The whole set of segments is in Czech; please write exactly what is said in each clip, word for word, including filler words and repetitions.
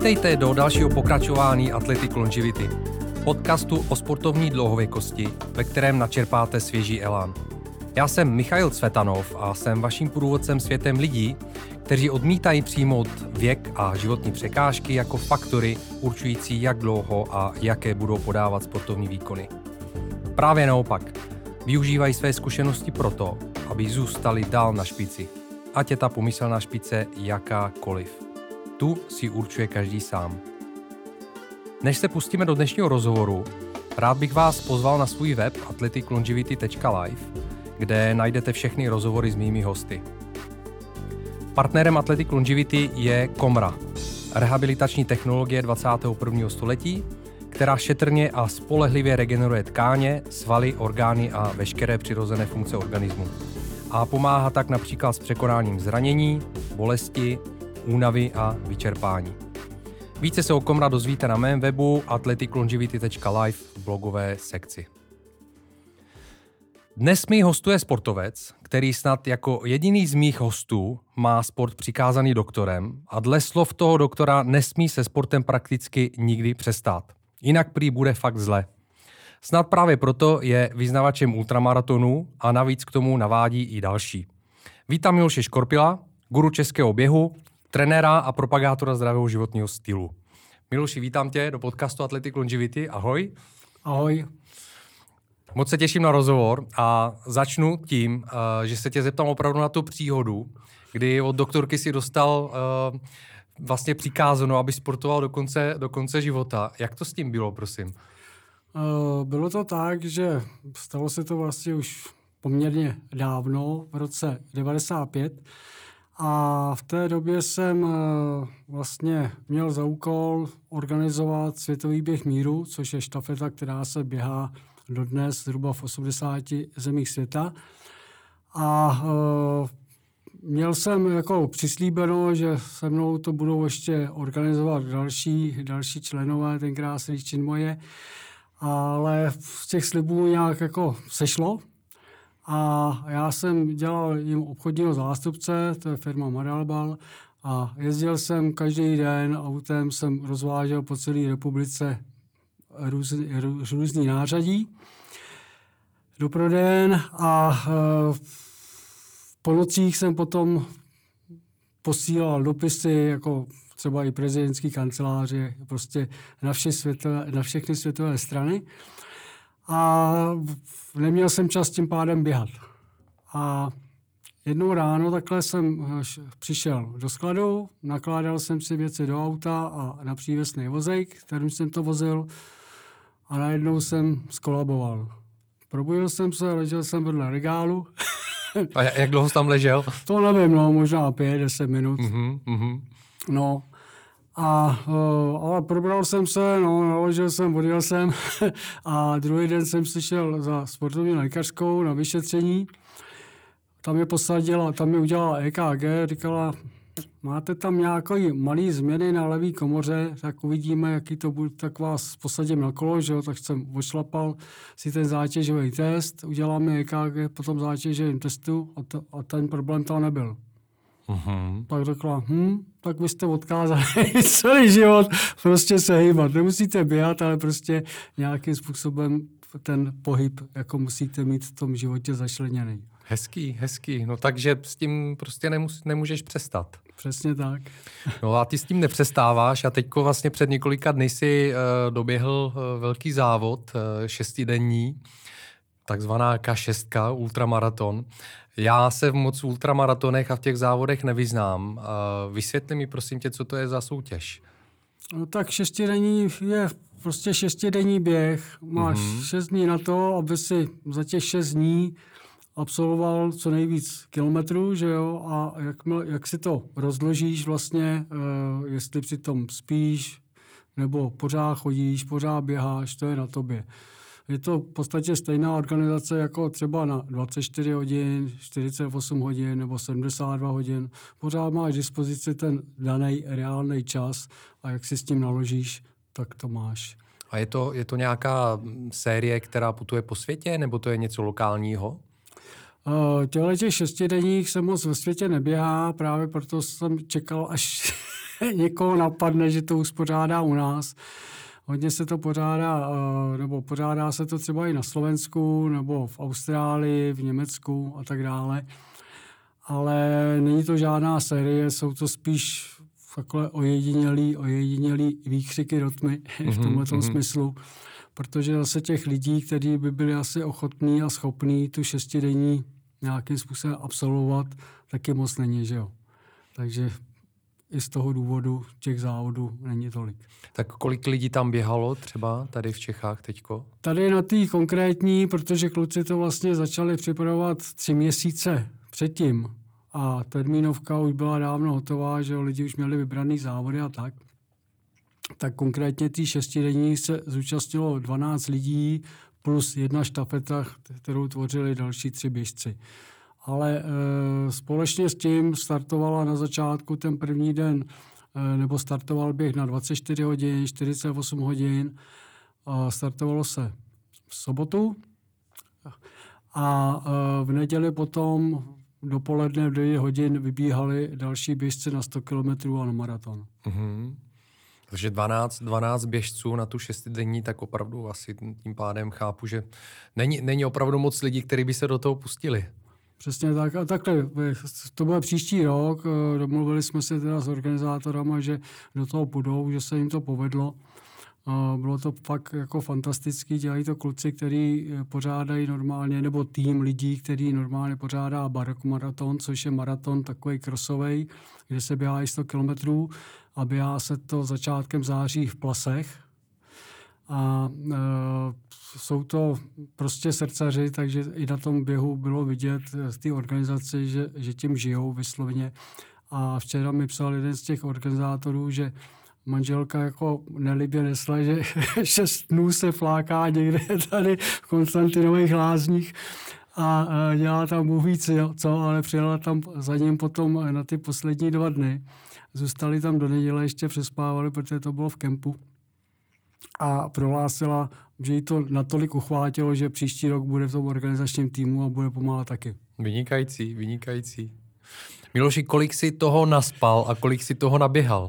Vítejte do dalšího pokračování Athletic Longevity, podcastu o sportovní dlouhověkosti, ve kterém načerpáte svěží elán. Já jsem Michail Cvetanov a jsem vaším průvodcem světem lidí, kteří odmítají přijmout věk a životní překážky jako faktory určující, jak dlouho a jaké budou podávat sportovní výkony. Právě naopak, využívají své zkušenosti proto, aby zůstali dál na špici, ať je ta pomyslná špice jakákoliv. Tu si určuje každý sám. Než se pustíme do dnešního rozhovoru, rád bych vás pozval na svůj web athletic longevity tečka live, kde najdete všechny rozhovory s mými hosty. Partnerem Athletic Longevity je Komra, rehabilitační technologie dvacátého prvního století, která šetrně a spolehlivě regeneruje tkáně, svaly, orgány a veškeré přirozené funkce organismu. A pomáhá tak například s překonáním zranění, bolesti, únavy a vyčerpání. Více se o Komra dozvíte na mém webu athletic longevity tečka live v blogové sekci. Dnes mi hostuje sportovec, který snad jako jediný z mých hostů má sport přikázaný doktorem a dle slov toho doktora nesmí se sportem prakticky nikdy přestát. Jinak prý bude fakt zle. Snad právě proto je vyznavačem ultramaratonů a navíc k tomu navádí i další. Vítám Miloše Škorpila, guru českého běhu, trenéra a propagátora zdravého životního stylu. Miloši, vítám tě do podcastu Athletic Longevity. Ahoj. Ahoj. Moc se těším na rozhovor a začnu tím, že se tě zeptám opravdu na tu příhodu, kdy od doktorky si dostal vlastně přikázáno, aby sportoval do konce, do konce života. Jak to s tím bylo, prosím? Bylo to tak, že stalo se to vlastně už poměrně dávno, v roce devadesát pět. A v té době jsem vlastně měl za úkol organizovat světový běh míru, což je štafeta, která se běhá dodnes zhruba v osmdesáti zemích světa. A e, měl jsem jako přislíbeno, že se mnou to budou ještě organizovat další, další členové, tenkrát se jich čin moje. Ale z těch slibů nějak jako sešlo. A já jsem dělal jim obchodního zástupce, to je firma Marelbal, a jezdil jsem každý den autem, jsem rozvážel po celé republice růz, růz, různý nářadí do prodejen a e, po nocích jsem potom posílal dopisy, jako třeba i prezidentský kanceláře, prostě na, vše světové, na všechny světové strany. A neměl jsem čas tím pádem běhat. A jednou ráno takhle jsem přišel do skladu, nakládal jsem si věci do auta a na přívesný vozejk, kterým jsem to vozil, a najednou jsem skolaboval. Probudil jsem se, ležel jsem vedle regálu. A jak dlouho jsi tam ležel? To nevím, no, možná pět, deset minut. Mm-hmm, mm-hmm. No. A, ale probral jsem se, no, naložil jsem, odjel jsem a druhý den jsem si šel za sportovní lékařskou na vyšetření. Tam je posadila, tam mi udělala E K G, říkala, máte tam nějaké malé změny na levé komoře, tak uvidíme, jaký to bude, tak vás posadím na kolo, že jo, tak jsem odšlapal si ten zátěžový test, uděláme E K G po tom zátěžovém testu a, to, a ten problém tam nebyl. Mm-hmm. Tak řekla, hm, tak vy jste odkázali celý život prostě se hýbat. Nemusíte běhat, ale prostě nějakým způsobem ten pohyb jako musíte mít v tom životě začleněný. Hezký, hezký. No takže s tím prostě nemus, nemůžeš přestat. Přesně tak. No a ty s tím nepřestáváš a teďko vlastně před několika dny si uh, doběhl uh, velký závod, uh, šestidenní, takzvaná K šest, ultramaraton. Já se v moc v ultramaratonech a v těch závodech nevyznám. Vysvětli mi prosím tě, co to je za soutěž. No tak šestidenní je prostě šestidenní běh. Máš mm-hmm. šest dní na to, aby si za těch šest dní absolvoval co nejvíc kilometrů, že jo, a jak, jak si to rozložíš vlastně, uh, jestli přitom spíš, nebo pořád chodíš, pořád běháš, to je na tobě. Je to v podstatě stejná organizace jako třeba na dvacet čtyři hodin, čtyřicet osm hodin nebo sedmdesát dva hodin. Pořád máš k dispozici ten daný reálný čas a jak si s tím naložíš, tak to máš. A je to, je to nějaká série, která putuje po světě, nebo to je něco lokálního? Uh, těchto těch šestidenních se moc ve světě neběhá, právě proto jsem čekal, až někoho napadne, že to uspořádá u nás. Hodně se to pořádá, nebo pořádá se to třeba i na Slovensku, nebo v Austrálii, v Německu a tak dále. Ale není to žádná série, jsou to spíš takhle ojedinělý, ojedinělý výkřiky do tmy v tomhletom mm-hmm. smyslu. Protože zase těch lidí, kteří by byli asi ochotní a schopní tu šestidenní nějakým způsobem absolvovat, taky moc není, že jo. Takže i z toho důvodu těch závodů není tolik. Tak kolik lidí tam běhalo třeba tady v Čechách teďko? Tady na té konkrétní, protože kluci to vlastně začali připravovat tři měsíce předtím a termínovka už byla dávno hotová, že jo, lidi už měli vybraný závody a tak. Tak konkrétně tý šestidenní se zúčastnilo dvanáct lidí plus jedna štafeta, kterou tvořili další tři běžci. Ale e, společně s tím startovala na začátku ten první den, e, nebo startoval běh na dvacet čtyři hodin, čtyřicet osm hodin. A startovalo se v sobotu a e, v neděli potom dopoledne v devět hodin vybíhali další běžci na sto kilometrů a na maraton. Mm-hmm. Takže dvanáct, dvanáct běžců na tu šestidenní, tak opravdu asi tím pádem chápu, že není, není opravdu moc lidí, kteří by se do toho pustili. Přesně tak. A takhle, to bude příští rok. Domluvili jsme se teda s organizátorama, že do toho půjdou, že se jim to povedlo. Bylo to fakt jako fantastický. Dělají to kluci, kteří pořádají normálně, nebo tým lidí, který normálně pořádá Baroque maraton, což je maraton takový krosovej, kde se běhá i sto kilometrů a běhá se to začátkem září v Plasech. A e, jsou to prostě srdcaři, takže i na tom běhu bylo vidět z té organizace, že, že tím žijou vysloveně. A včera mi psal jeden z těch organizátorů, že manželka jako nelibě nesla, že šest dnů se fláká někde tady v Konstantinových Lázních a, a dělá tam Bůh ví co, ale přijela tam za ním potom na ty poslední dva dny. Zůstali tam do neděle, ještě přespávali, protože to bylo v kempu. A prohlásila, že jí to natolik uchvátilo, že příští rok bude v tom organizačním týmu a bude pomáhat taky. Vynikající, vynikající. Miloši, kolik si toho naspal a kolik si toho naběhal?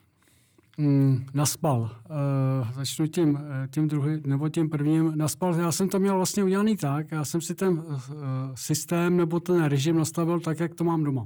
Mm, naspal. Uh, začnu tím, tím druhým, nebo tím prvním. Naspal, já jsem to měl vlastně udělaný tak, já jsem si ten uh, systém nebo ten režim nastavil tak, jak to mám doma.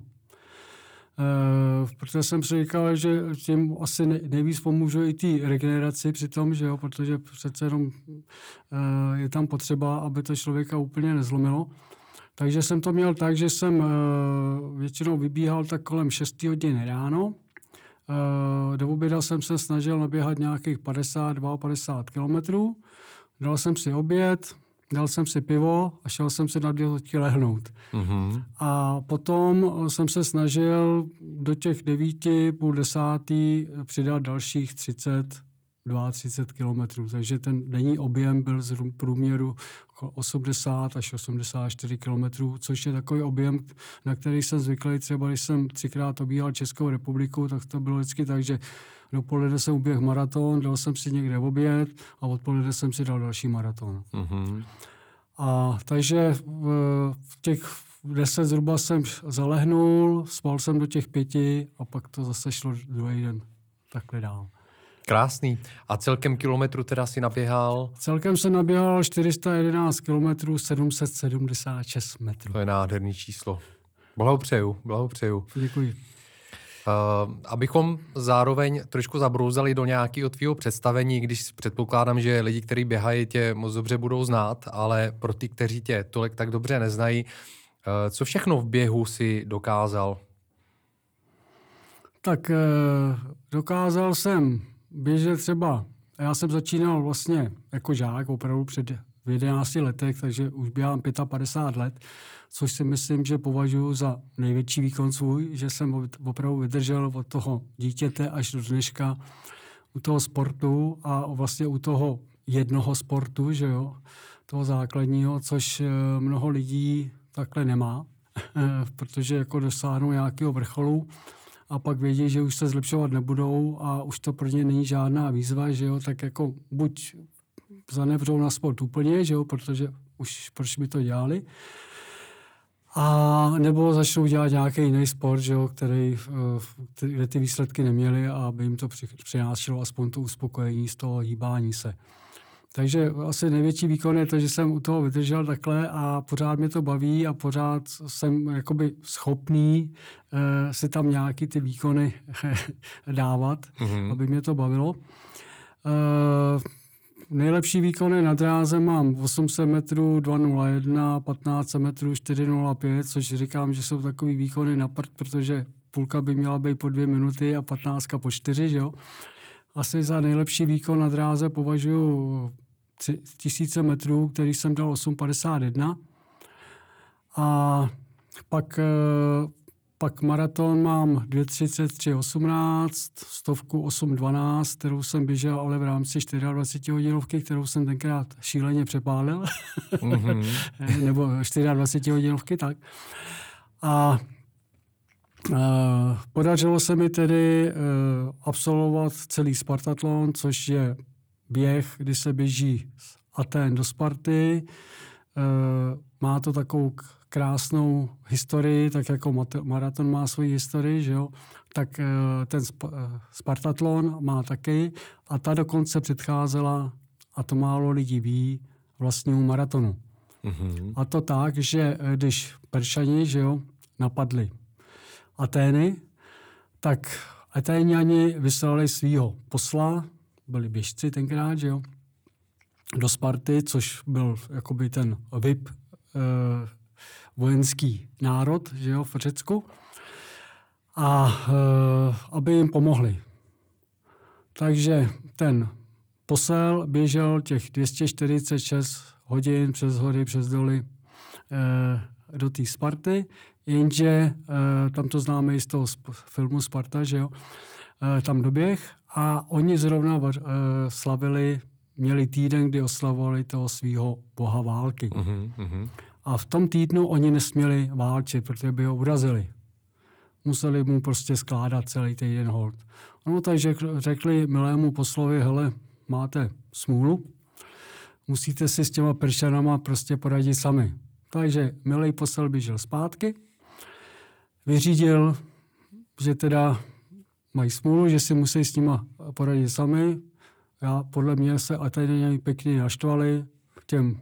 Uh, protože jsem si říkal, že tím asi nejvíc pomůžu i té regeneraci při tom, že jo, protože přece jenom uh, je tam potřeba, aby to člověka úplně nezlomilo. Takže jsem to měl tak, že jsem uh, většinou vybíhal tak kolem šest hodin ráno. Uh, do oběda jsem se snažil naběhat nějakých padesát dva padesát kilometrů. Dal jsem si oběd, dal jsem si pivo a šel jsem si na dvě hodiny lehnout. Mm-hmm. A potom jsem se snažil do těch devíti, půl desátý přidat dalších třicet, třicet dva kilometrů. Takže ten denní objem byl z průměru osmdesát až osmdesát čtyři kilometrů, což je takový objem, na který jsem zvyklý. Třeba když jsem třikrát obíhal Českou republiku, tak to bylo vždycky tak, že dopoledne jsem uběhl maraton, dal jsem si někde oběd a odpoledne jsem si dal další maraton. Mm-hmm. A takže v, v těch deset zhruba jsem zalehnul, spal jsem do těch pěti a pak to zase šlo druhý den takhle dál. Krásný. A celkem kilometru teda si naběhal? Celkem jsem naběhal čtyři sta jedenáct kilometrů, sedm set sedmdesát šest metrů. To je nádherný číslo. Blahopřeju, blahopřeju. Děkuji. Uh, abychom zároveň trošku zabrouzali do nějakého tvýho představení, když předpokládám, že lidi, kteří běhají, tě moc dobře budou znát, ale pro ty, kteří tě tolik tak dobře neznají, uh, co všechno v běhu si dokázal? Tak uh, dokázal jsem běžet třeba, já jsem začínal vlastně jako žák opravdu před jedenácti letech, takže už běhám padesát pět let, což si myslím, že považuji za největší výkon svůj, že jsem opravdu vydržel od toho dítěte až do dneška u toho sportu a vlastně u toho jednoho sportu, že jo, toho základního, což mnoho lidí takhle nemá, protože jako dosáhnou nějakého vrcholu a pak vědí, že už se zlepšovat nebudou a už to pro ně není žádná výzva, že jo, tak jako buď zanevřou na sport úplně, že jo, protože už proč by to dělali. A nebo začnou dělat nějaký jiný sport, že jo, který, kde ty výsledky neměly a aby jim to přinášelo aspoň to uspokojení z toho hýbání se. Takže asi největší výkon je to, že jsem u toho vydržel takhle a pořád mě to baví a pořád jsem jakoby schopný eh, si tam nějaký ty výkony dávat, mm-hmm. aby mě to bavilo. Eh, nejlepší výkony na dráze mám osm set metrů dva nula jedna, patnáct metrů čtyři nula pět, což říkám, že jsou takový výkony na prd, protože půlka by měla být po dvě minuty a patnáctka po čtyři, že jo. Asi za nejlepší výkon na dráze považuji tisíce metrů, který jsem dal osm padesát jedna. A pak, pak maraton mám dvě třicet tři osmnáct, stovku osm dvanáct, kterou jsem běžel ale v rámci dvacet čtyři hodinovky, kterou jsem tenkrát šíleně přepálil. Mm-hmm. Nebo dvacet čtyři hodinovky, tak. A Uh, podařilo se mi tedy uh, absolvovat celý Spartatlon, což je běh, kdy se běží z Athén do Sparty. Uh, má to takovou krásnou historii, tak jako mat- maraton má svoji historii, že jo? Tak uh, ten sp- uh, Spartatlon má taky a ta dokonce předcházela, a to málo lidí ví, vlastnímu maratonu. Mm-hmm. A to tak, že když Peršani, že jo, napadli Atény, tak Atéňani vyslali svýho posla, byli běžci tenkrát, že jo, do Sparty, což byl jakoby ten V I P eh, vojenský národ, že jo, v Řecku, a eh, aby jim pomohli. Takže ten posel běžel těch dvě stě čtyřicet šest hodin přes hory, přes doly eh, do té Sparty, jenže e, tam to známe i z toho sp- filmu Sparta, že jo, e, tam doběh a oni zrovna e, slavili, měli týden, kdy oslavovali toho svého boha války. Mm-hmm. A v tom týdnu oni nesměli válčit, protože by ho urazili. Museli mu prostě skládat celý týden hold. No takže řekli milému poslovi, hele, máte smůlu, musíte si s těma Peršanama prostě poradit sami. Takže milej posel běžel zpátky, vyřídil, že teda mají smůlu, že si musí s nima poradit sami. Já, podle mě se Atéňani pěkně naštvali, těm,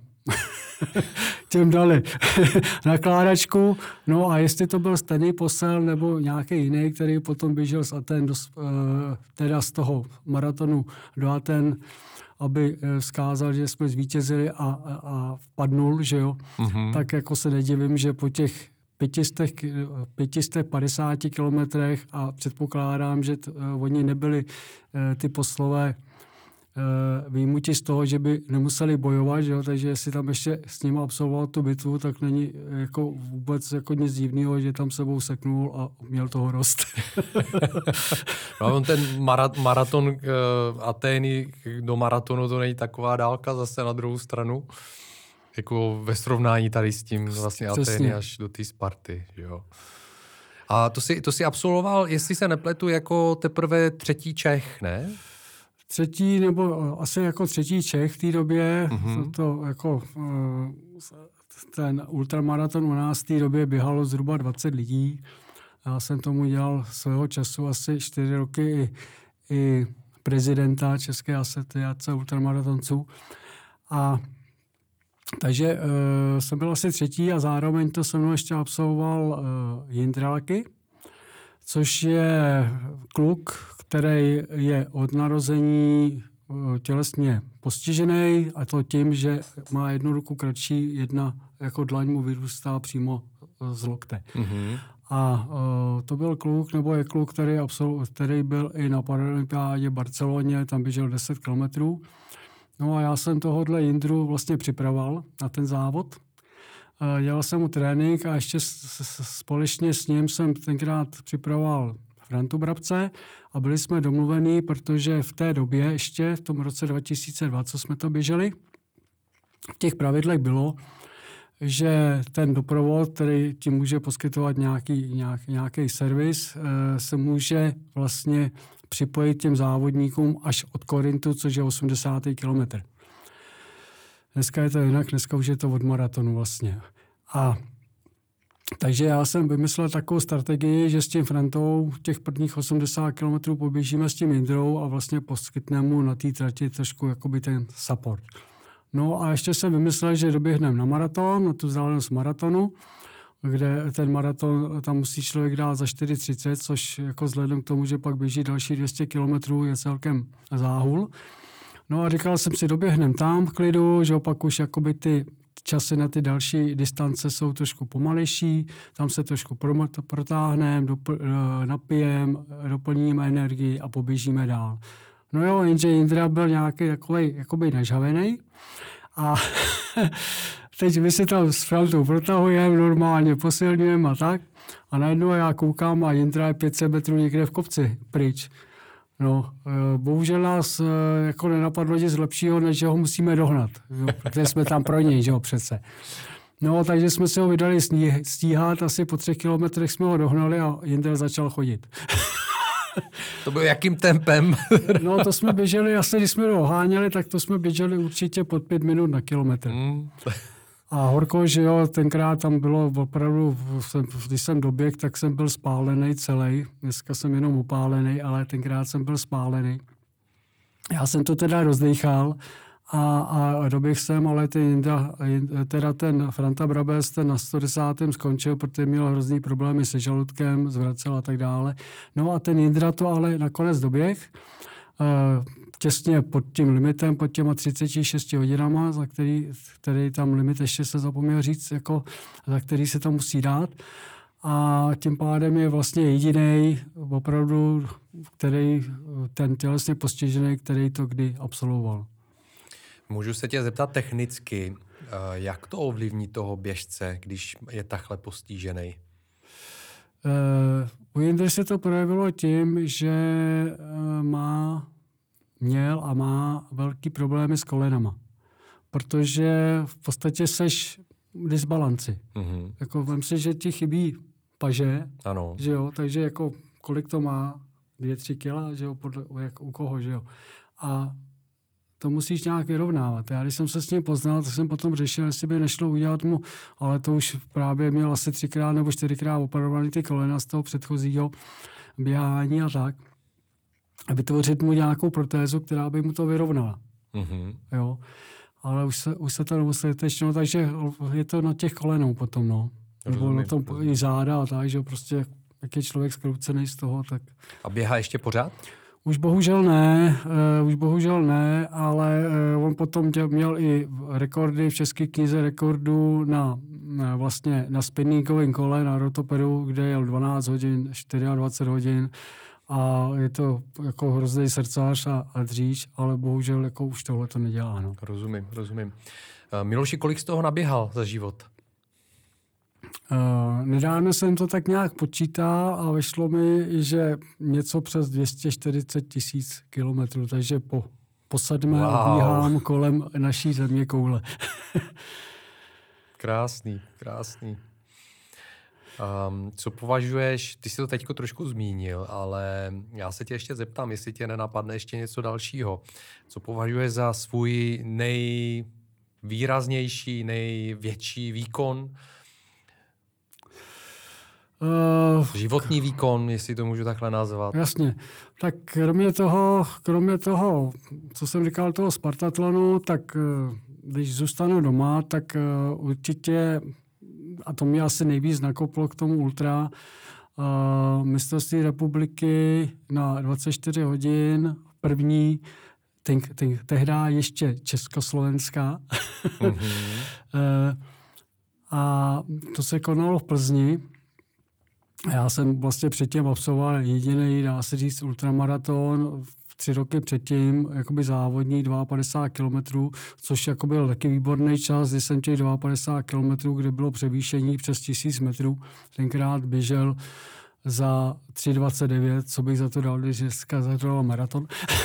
těm dali nakládačku. No a jestli to byl stejný posel nebo nějaký jiný, který potom běžel z Aten, do, teda z toho maratonu do Aten, aby vzkázal, že jsme zvítězili a, a, a vpadnul, že jo, mm-hmm. tak jako se nedivím, že po těch pět set padesát kilometrech a předpokládám, že t, uh, oni nebyli uh, ty poslové uh, výjimuti z toho, že by nemuseli bojovat, že jo, takže jestli tam ještě s nimi absolvoval tu bitvu, tak není jako vůbec jako nic divného, že tam sebou seknul a měl toho rost. No, on ten mara- maraton uh, Atény do maratonu, to není taková dálka zase na druhou stranu. Jako ve srovnání tady s tím vlastně Atény až do té Sparty, jo. A to si, to si absolvoval, jestli se nepletu, jako teprve třetí Čech, ne? Třetí, nebo asi jako třetí Čech v té době, mm-hmm. to, to jako ten ultramaraton u nás v té době běhalo zhruba dvacet lidí. Já jsem tomu dělal svého času asi čtyři roky i, i prezidenta České asociace ultramaratonců. A takže uh, jsem byl asi třetí a zároveň to se mnou ještě absolvoval uh, Jindra Laky, což je kluk, který je od narození uh, tělesně postižený, a to tím, že má jednu ruku kratší, jedna jako dlaň mu vyrůstá přímo z lokte. Mm-hmm. A uh, to byl kluk, nebo je kluk, který, absol- který byl i na Paralympiádě v Barceloně, tam běžel deset kilometrů. No a já jsem tohohle Jindru vlastně připravoval na ten závod. Dělal jsem mu trénink a ještě společně s ním jsem tenkrát připravoval Frantu Brabce a byli jsme domluvení, protože v té době ještě, v tom roce dva tisíce dva, co jsme to běželi, v těch pravidlech bylo, že ten doprovod, který ti může poskytovat nějaký, nějak, nějaký servis, se může vlastně připojit těm závodníkům až od Korintu, což je osmdesátý kilometr. Dneska je to jinak, dneska už je to od maratonu vlastně. A Takže já jsem vymyslel takovou strategii, že s tím Frantou těch prvních osmdesát kilometrů poběžíme s tím Jindrou a vlastně poskytneme mu na té trati trošku jakoby ten support. No a ještě jsem vymyslel, že doběhneme na maraton, na tu vzdálenost maratonu, kde ten maraton tam musí člověk dát za čtyři třicet, což jako vzhledem k tomu, že pak běží další dvě stě kilometrů, je celkem záhul. No a říkal jsem si, doběhnem tam v klidu, že opak už jakoby ty časy na ty další distance jsou trošku pomalejší, tam se trošku protáhneme, dopl, napijem, doplníme energii a poběžíme dál. No jo, jenže Jindra byl nějaký takovej jakoby nažhavený a teď my se tam s Frantou protahujeme, normálně posilňujeme a tak a najednou já koukám a Jindra je pět set metrů někde v kopci pryč. No, bohužel nás jako nenapadlo nic lepšího, než že ho musíme dohnat, jo, protože jsme tam pro něj, že jo, přece. No, takže jsme se ho vydali stíhat, asi po třech kilometrech jsme ho dohnali a Jindra začal chodit. To byl jakým tempem? No, to jsme běželi, asi když jsme ho háněli, tak to jsme běželi určitě pod pět minut na kilometr. Mm. A horko, že jo, tenkrát tam bylo opravdu, když jsem doběh, tak jsem byl spálený celý. Dneska jsem jenom upálený, ale tenkrát jsem byl spálený. Já jsem to teda rozdýchal a, a doběh jsem, ale ty, teda ten Franta Brabec, ten na sto desátém skončil, protože měl hrozný problémy se žaludkem, zvracel a tak dále. No a ten Jindra to ale nakonec doběh. Těsně pod tím limitem, pod těma třiceti šesti hodinama, za který, který tam limit ještě se zapomněl říct, jako, za který se to musí dát. A tím pádem je vlastně jediný opravdu, který ten tělesně postižený, který to kdy absolvoval. Můžu se tě zeptat technicky, jak to ovlivní toho běžce, když je takhle postižený? Uh, u Jindry se to projevilo tím, že uh, má měl a má velký problémy s kolenama, protože v podstatě seš v disbalanci. Mm-hmm. Jako vem si, že ti chybí paže, ano. Že jo, takže jako kolik to má, dvě, tři kila, že jo, podle, jak u koho, že jo. A to musíš nějak vyrovnávat. Já když jsem se s ním poznal, tak jsem potom řešil, jestli by nešlo udělat mu, ale to už právě měl asi třikrát nebo čtyřikrát operovaný ty kolena z toho předchozího běhání a tak. A vytvořit mu nějakou protézu, která by mu to vyrovnala. Mm-hmm. Jo. Ale už se, už se to nemusí tečno, takže je to na těch kolenou potom, no. Nebo na tom i záda a tak, že prostě jak je člověk skroucený z toho, tak... A běhá ještě pořád? Už bohužel ne, uh, už bohužel ne, ale uh, on potom tě, měl i rekordy v České knize rekordů na, na vlastně na spinningovém kole, na rotopedu, kde jel dvanáct hodin, dvacet čtyři hodin. A je to jako hrozný srdcář a, a dříč, ale bohužel jako už tohle to nedělá. No. Rozumím, rozumím. Uh, Miloši, kolik z toho naběhal za život? Uh, nedávno jsem to tak nějak počítal a vyšlo mi, že něco přes dvě stě čtyřicet tisíc kilometrů, takže po, po sedmé wow. bíhám kolem naší země koule. Krásný, krásný. Um, co považuješ, ty jsi to teďko trošku zmínil, ale já se tě ještě zeptám, jestli tě nenapadne ještě něco dalšího. Co považuješ za svůj nejvýraznější, největší výkon? Uh, Životní výkon, jestli to můžu takhle nazvat. Jasně. Tak kromě toho, kromě toho, co jsem říkal, toho Spartatlonu, tak když zůstanu doma, tak určitě, a to mě asi nejvíc nakoplo k tomu ultra, uh, mistrovství republiky na dvacet čtyři hodin, první, ten, ten, tehda ještě československá. Mm-hmm. uh, a to se konalo v Plzni. Já jsem vlastně předtím absolvoval jediný, dá se říct, ultramaraton tři roky předtím, jakoby závodní padesát dva kilometrů, což jako byl taky výborný čas, když jsem těch padesát dva kilometrů, kde bylo převýšení přes tisíc metrů, tenkrát běžel za tři dvacet devět, co bych za to dal, když dneska zadal maraton.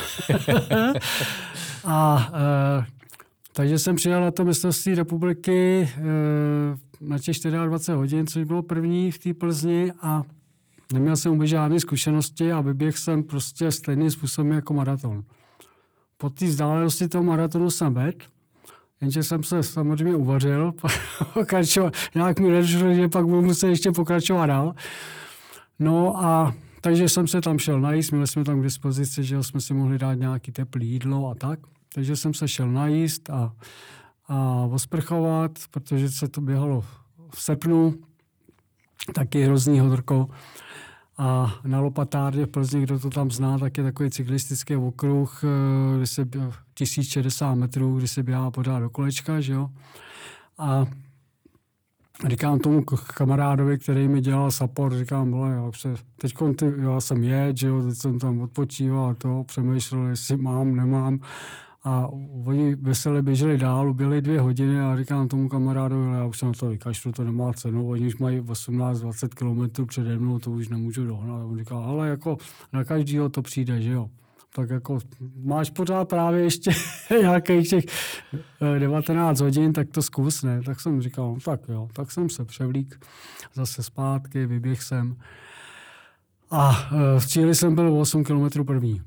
a e, takže jsem přijel na to mistrovství republiky e, na těch dvacet čtyři hodin, což bylo první v té Plzni a neměl jsem vůbec žádné zkušenosti a vyběhl jsem prostě stejným způsobem jako maraton. Po té vzdálenosti toho maratonu jsem vedl, jenže jsem se samozřejmě uvařil, pokračoval, nějak mi nedošlo, že pak budu muset ještě pokračovat dál. No a takže jsem se tam šel najíst, měli jsme tam k dispozici, že jsme si mohli dát nějaké teplé jídlo a tak. Takže jsem se šel najíst a, a osprchovat, protože se to běhalo v srpnu, taky hrozný hodrko. A na Lopatárně v Plzni, kdo to tam zná, tak je takový cyklistický okruh, kde se tisíc šedesát metrů, kdy se běhá pořád do kolečka, že jo. A říkám tomu kamarádovi, který mi dělal support, říkám, vole, já, teď já jsem jet, že jo, teď jsem tam odpočíval a to, přemýšlel, jestli mám, nemám. A oni veselé běželi dál, uběhly dvě hodiny a říkám tomu kamarádovi, já už se na to vykašlu, to nemá cenu, oni už mají osmnáct dvacet kilometrů přede mnou, to už nemůžu dohnat. A on říkal, ale jako na každýho to přijde, že jo. Tak jako máš pořád právě ještě nějakých těch devatenáct hodin, tak to zkus, ne? Tak jsem říkal, no, tak jo, tak jsem se převlík zase zpátky, vyběh jsem. A v cíli jsem byl osm kilometrů první.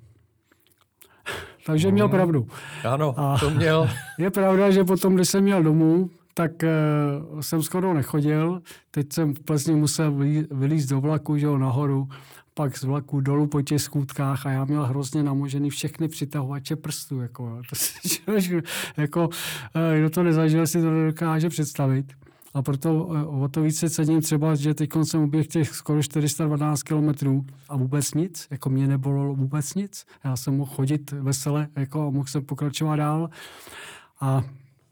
Takže mm. měl pravdu. Ano, a to měl. Je pravda, že potom, když jsem měl domů, tak uh, jsem skoro nechodil. Teď jsem v Plzni musel vylízt do vlaku, že jo, nahoru, pak z vlaku dolů po těch schůdkách a já měl hrozně namožený všechny přitahovače prstů. Jako, to si, jako, uh, kdo to nezažil, si to nedokáže představit. A proto o to více cením třeba, že teď jsem uběhl těch skoro čtyři sta dvanáct kilometrů a vůbec nic, jako mě nebolelo vůbec nic. Já jsem mohl chodit vesele, jako mohl jsem pokračovat dál. A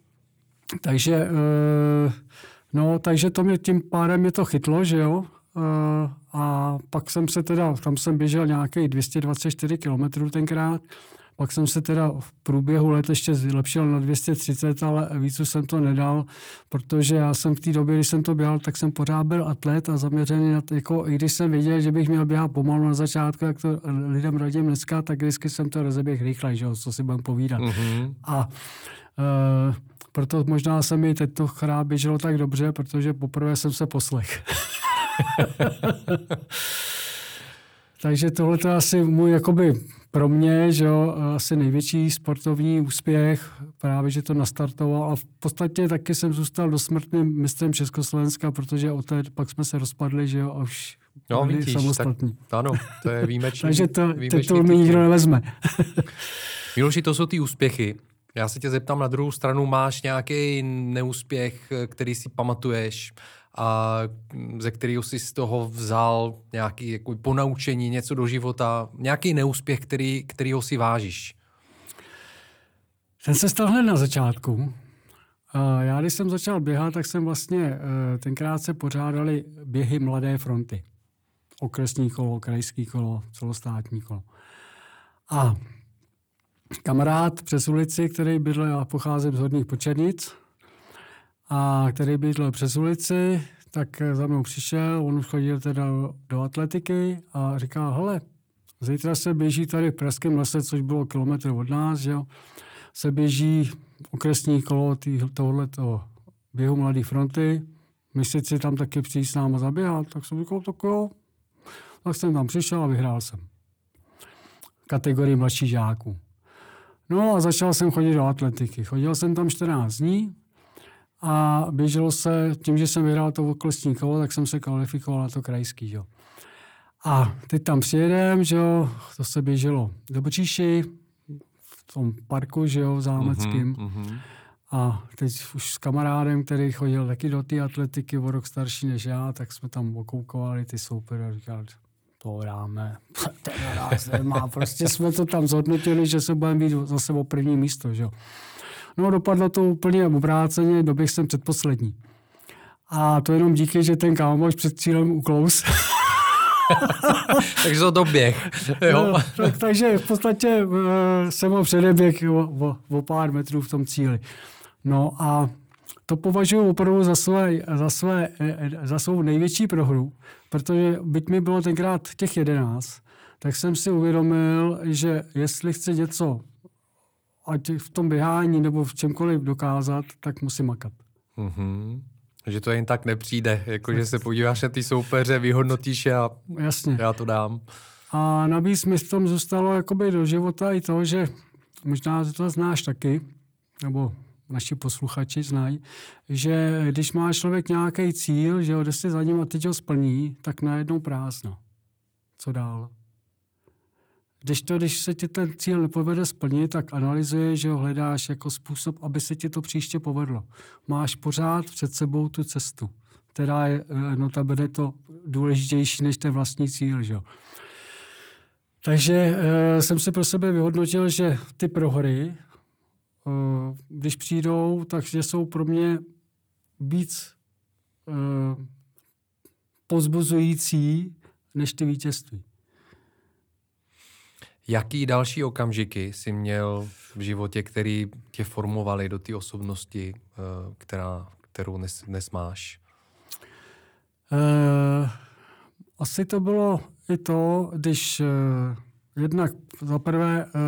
takže, no, takže to mě tím pádem mě to chytlo, že jo. A pak jsem se teda, tam jsem běžel nějakých dvě stě dvacet čtyři kilometrů tenkrát. Pak jsem se teda v průběhu let ještě zlepšil na dvě stě třicet, ale víc jsem to nedal, protože já jsem v té době, když jsem to běhal, tak jsem pořád byl atlet a zaměřený na to, jako i když jsem věděl, že bych měl běhat pomalu na začátku, jak to lidem radím dneska, tak vždycky jsem to rozeběhl rychle, že jo, co si budem povídat. Mm-hmm. A e, proto možná se mi teď to chrát běželo tak dobře, protože poprvé jsem se poslech. Takže tohle to asi můj jakoby pro mě, že jo, asi největší sportovní úspěch, právě, že to nastartoval a v podstatě taky jsem zůstal dosmrtným mistrem Československa, protože od té pak jsme se rozpadli, že jo, a už no, byli vidíš, samostatní. Tak, ano, to je výjimečný. Takže to, to mi nikdo nevezme. Miloši, to jsou ty úspěchy. Já se tě zeptám na druhou stranu, máš nějaký neúspěch, který si pamatuješ, a ze kterého jsi z toho vzal nějaké jako ponaučení, něco do života, nějaký neúspěch, který, kterýho si vážíš? Ten se stal hned na začátku. Já, když jsem začal běhat, tak jsem vlastně, tenkrát se pořádali běhy Mladé fronty. Okresní kolo, krajský kolo, celostátní kolo. A kamarád přes ulici, který bydlel, já pocházím z Horních Počernic, a který bydlel přes ulici, tak za mnou přišel, on už chodil teda do, do atletiky a říkal, hele, zítra se běží tady v Pražském lese, což bylo kilometr od nás, že jo, se běží okresní kolo tý, tohoto běhu Mladé fronty, myslíš si tam taky přijít s náma zaběhat, tak jsem říkal, tak jo, tak jsem tam přišel a vyhrál jsem. Kategorii mladších žáků. No a začal jsem chodit do atletiky. Chodil jsem tam čtrnáct dní, a běželo se, tím, že jsem vyhrál to okresní kolo, tak jsem se kvalifikoval na to krajský, jo. A teď tam přijedem, že jo, to se běželo do Bříši, v tom parku, že jo, v Zámeckým. Mm-hmm. A teď už s kamarádem, který chodil taky do té atletiky, o rok starší než já, tak jsme tam okoukovali ty soupery a říkali, to dáme, ten nás nemá. Prostě jsme to tam zhodnotili, že se budeme být zase o první místo, že jo. No, dopadlo to úplně obráceně, doběh jsem předposlední. A to jenom díky, že ten kámoš před cílem uklous. Takže to doběh. Jo. No, tak, takže v podstatě uh, jsem ho předeběh o, o, o pár metrů v tom cíli. No a to považuji opravdu za, své, za, své, za svou největší prohru, protože byť mi bylo tenkrát těch jedenáct, tak jsem si uvědomil, že jestli chci něco ať v tom běhání nebo v čemkoliv dokázat, tak musím makat. Mm-hmm. Že to jen tak nepřijde, jakože se podíváš na ty soupeře, vyhodnotíš a jasně. Já to dám. A navíc mi v tom zůstalo jakoby do života i to, že možná to znáš taky, nebo naši posluchači znají, že když má člověk nějaký cíl, že ho jde si za ním a teď ho splní, tak najednou prázdno. Co dál? Když to, když se ti ten cíl nepovede splnit, tak analyzuje, že ho hledáš jako způsob, aby se ti to příště povedlo. Máš pořád před sebou tu cestu, která je notabene to důležitější než ten vlastní cíl. Že? Takže e, jsem si pro sebe vyhodnotil, že ty prohry, e, když přijdou, takže jsou pro mě víc e, povzbuzující než ty vítězství. Jaký další okamžiky jsi měl v životě, který tě formovali do té osobnosti, která, kterou dnes, dnes máš? Uh, asi to bylo i to, když uh, jednak za prvé uh,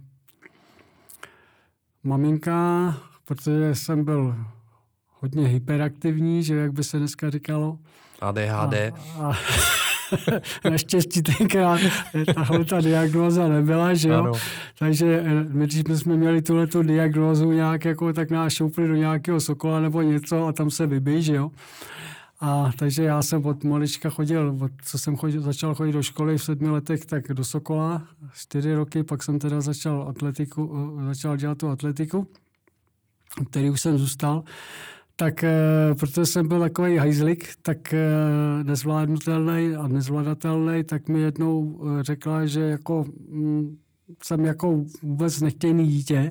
maminka, protože jsem byl hodně hyperaktivní, že jak by se dneska říkalo. A D H D. A, a naštěstí tenkrát tahle ta diagnóza nebyla, že jo. Ano. Takže my, když jsme měli tuhletu diagnózu nějak jako, tak nás šoupli do nějakého Sokola nebo něco a tam se vybij, že jo. A takže já jsem od malička chodil, od, co jsem chodil, začal chodit do školy v sedmi letech, tak do Sokola, čtyři roky, pak jsem teda začal atletiku, začal dělat tu atletiku, který už jsem zůstal. Tak protože jsem byl takový hajzlik, tak nezvládnutelný a nezvladatelný, tak mi jednou řekla, že jako m, jsem jako vůbec nechtějný dítě.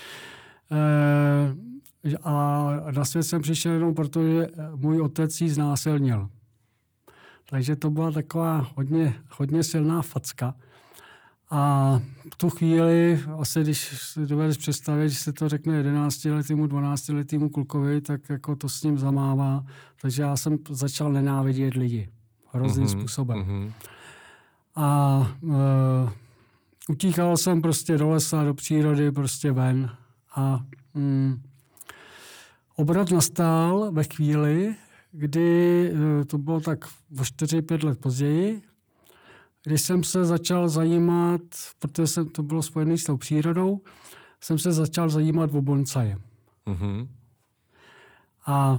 E, a na svět jsem přišel jenom proto, že můj otec ji znásilnil. Takže to byla taková hodně, hodně silná facka. A v tu chvíli, asi když si dovedeš představit, že se to řekne jedenáctiletýmu, dvanáctiletýmu klukovi, tak jako to s ním zamává. Takže já jsem začal nenávidět lidi. Hrozným mm-hmm, způsobem. Mm-hmm. A e, utíkal jsem prostě do lesa, do přírody, prostě ven. A mm, obrat nastal ve chvíli, kdy e, to bylo tak o čtyři pět let později, když jsem se začal zajímat, protože jsem, to bylo spojené s tou přírodou, jsem se začal zajímat o bonsaje. Mm-hmm. A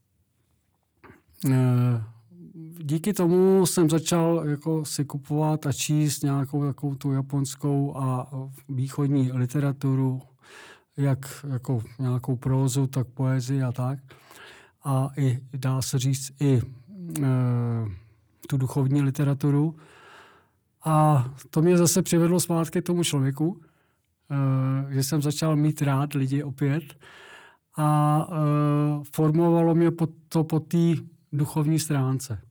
e, díky tomu jsem začal jako si kupovat a číst nějakou takovou tu japonskou a východní literaturu, jak jako nějakou prózu, tak poezii a tak. A i, dá se říct, i e, tu duchovní literaturu. A to mě zase přivedlo zpátky k tomu člověku, že jsem začal mít rád lidi opět a formovalo mě to po té duchovní stránce.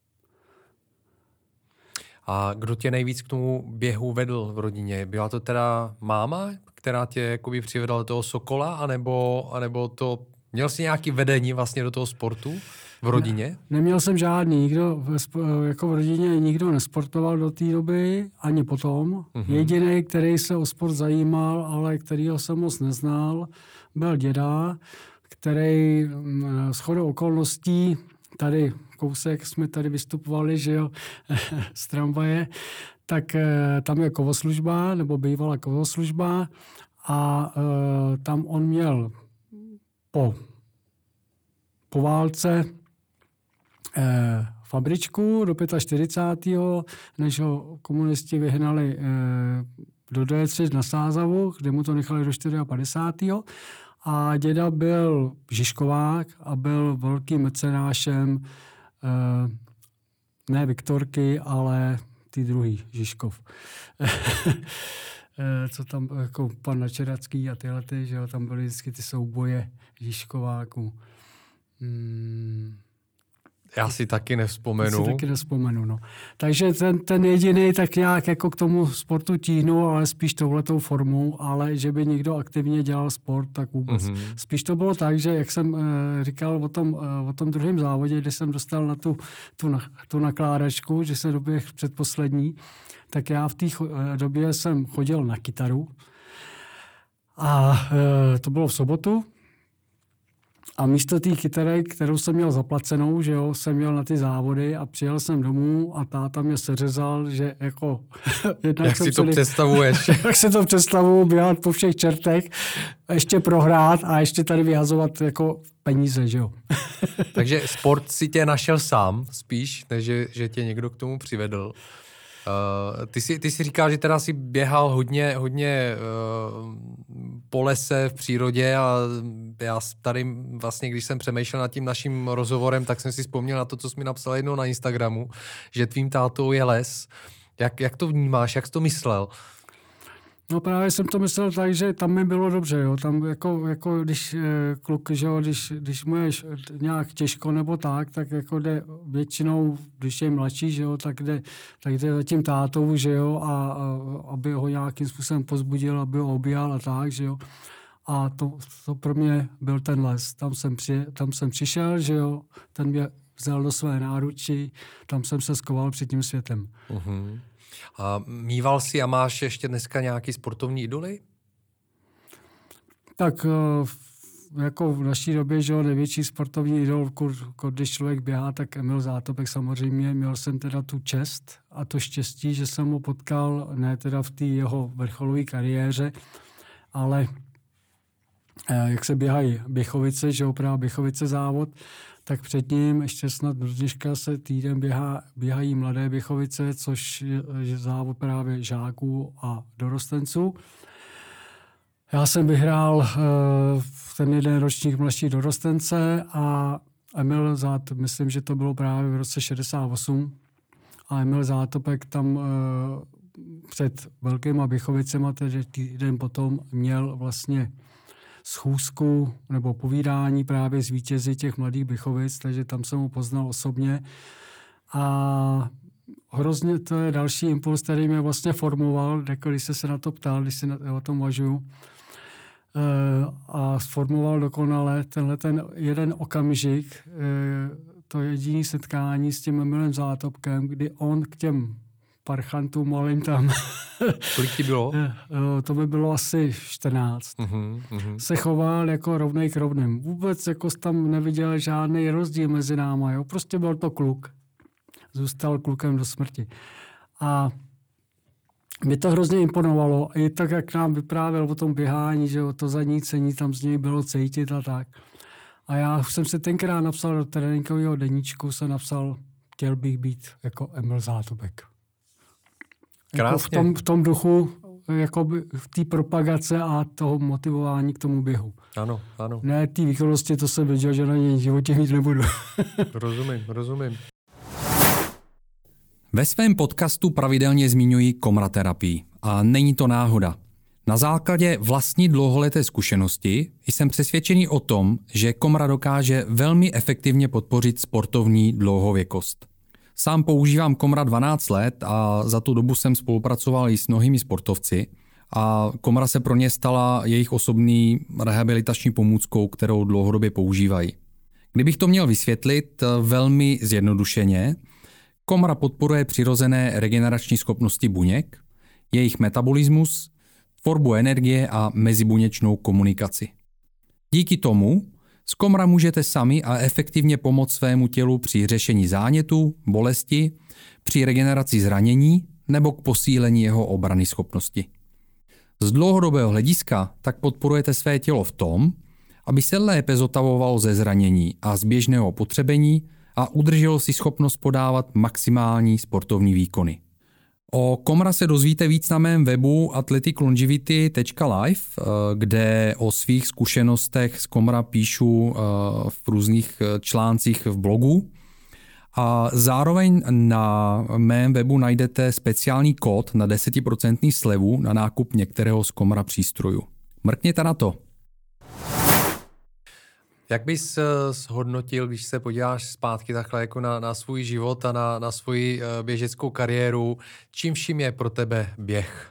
A kdo tě nejvíc k tomu běhu vedl v rodině? Byla to teda máma, která tě jakoby přivedla do toho Sokola, anebo, anebo to... Měl jsi nějaký vedení vlastně do toho sportu v rodině? Ne, neměl jsem žádný. Nikdo, jako v rodině nikdo nesportoval do té doby, ani potom. Mm-hmm. Jediný, který se o sport zajímal, ale kterýho jsem moc neznal, byl děda, který shodou okolností, tady kousek jsme tady vystupovali, že jo, z tramvaje, tak tam je kovoslužba, nebo bývala kovoslužba a tam on měl po, po válce eh, fabričku do čtyřicátého pátého než ho komunisti vyhnali eh, do D tři na Sázavu, kde mu to nechali do padesátého čtvrtého A děda byl Žižkovák a byl velkým mecenášem eh, ne Viktorky, ale ty druhý Žižkov. Co tam, jako pan Načeracký a tyhle, ty, že jo, tam byly vždycky ty souboje Žižkováků. Hmm. Já si taky nevzpomenu. Já si taky nevzpomenu, no. Takže ten, ten jediný tak nějak jako k tomu sportu tíhnu, ale spíš touhletou formou, ale že by někdo aktivně dělal sport, tak vůbec. Mm-hmm. Spíš to bylo tak, že jak jsem e, říkal o tom, e, o tom druhém závodě, kde jsem dostal na tu, tu, na, tu nakládačku, že jsem doběhl předposlední, tak já v té době jsem chodil na kytaru a e, to bylo v sobotu A místo té kytary, kterou jsem měl zaplacenou, že jo, jsem měl na ty závody a přijel jsem domů a táta mě seřezal, že jako... Jak si to představuješ? Jak si to představuju, běhat po všech čertech, ještě prohrát a ještě tady vyhazovat jako peníze, že jo. Takže sport si tě našel sám spíš, než že, že tě někdo k tomu přivedl. Uh, ty, si, ty si říkal, že teda si běhal hodně, hodně uh, po lese v přírodě a já tady vlastně, když jsem přemýšlel nad tím naším rozhovorem, tak jsem si vzpomněl na to, co jsi mi napsal jednou na Instagramu, že tvým tátou je les. Jak, jak to vnímáš, jak jsi to myslel? No právě jsem to myslel tak, že tam mi bylo dobře, jo. Tam jako, jako když kluk, že jo, když, když mu je nějak těžko nebo tak, tak jako jde většinou, když je mladší, že jo, tak jde, tak jde za tím tátou, že jo, a, a aby ho nějakým způsobem pozbudil, aby ho obíhal a tak, že jo. A to, to pro mě byl ten les. Tam jsem, při, tam jsem přišel, že jo, ten mě vzal do své náručí, tam jsem se skoval před tím světem. Uh-huh. A mýval jsi a máš ještě dneska nějaký sportovní idoly? Tak jako v naší době, že jo, největší sportovní idol, když člověk běhá, tak Emil Zátopek samozřejmě. Měl jsem teda tu čest a to štěstí, že jsem ho potkal, ne teda v té jeho vrcholové kariéře, ale jak se běhají Běchovice, že jo, právě Běchovice závod, tak před ním ještě snad do dneška se týden běhá, běhají Mladé Běchovice, což je závod právě žáků a dorostenců. Já jsem vyhrál uh, ten jeden ročník mladší dorostence a Emil Zátopek, myslím, že to bylo právě v roce šedesát osm, a Emil Zátopek tam uh, před Velkýma Běchovicema, tedy týden potom, měl vlastně schůzku nebo povídání právě s vítězi těch Mladých Běchovic, takže tam jsem ho poznal osobně. A hrozně to je další impuls, který mě vlastně formoval, když se se na to ptal, když si o tom uvažuju. A sformoval dokonale tenhle ten jeden okamžik, to jediné setkání s tím Emilem Zátopkem, kdy on k těm parchantům malým tam... Kolik ti bylo? To by bylo asi čtrnáct. Uh-huh, uh-huh. Se choval jako rovnej k rovným. Vůbec jako tam neviděl žádný rozdíl mezi náma. Jo? Prostě byl to kluk. Zůstal klukem do smrti. A mě to hrozně imponovalo. I tak, jak nám vyprávěl o tom běhání, že o to zanícení tam z něj bylo cítit a tak. A já jsem se tenkrát napsal do tréninkového deníčku, jsem napsal, chtěl bych být jako Emil Zátopek. Jako v, tom, v tom duchu, jako v té propagace a toho motivování k tomu běhu. Ano, ano. Ne, té výkonnosti, to jsem věděl, že na něj v životě mít nebudu. Rozumím, rozumím. Ve svém podcastu pravidelně zmiňuji komraterapii a není to náhoda. Na základě vlastní dlouholeté zkušenosti jsem přesvědčený o tom, že komra dokáže velmi efektivně podpořit sportovní dlouhověkost. Sám používám komra dvanáct let a za tu dobu jsem spolupracoval i s mnohými sportovci a komra se pro ně stala jejich osobní rehabilitační pomůckou, kterou dlouhodobě používají. Kdybych to měl vysvětlit velmi zjednodušeně, komra podporuje přirozené regenerační schopnosti buněk, jejich metabolismus, tvorbu energie a mezibuněčnou komunikaci. Díky tomu z komra můžete sami a efektivně pomoct svému tělu při řešení zánětu, bolesti, při regeneraci zranění nebo k posílení jeho obrany schopnosti. Z dlouhodobého hlediska tak podporujete své tělo v tom, aby se lépe zotavovalo ze zranění a z běžného potřebení a udrželo si schopnost podávat maximální sportovní výkony. O komra se dozvíte víc na mém webu athletic longevity tečka live, kde o svých zkušenostech z komra píšu v různých článcích v blogu. A zároveň na mém webu najdete speciální kód na deset procent slevu na nákup některého z komra přístrojů. Mrkněte na to. Jak bys shodnotil, když se podíváš zpátky takhle jako na, na svůj život a na, na svoji běžeckou kariéru, čím vším je pro tebe běh?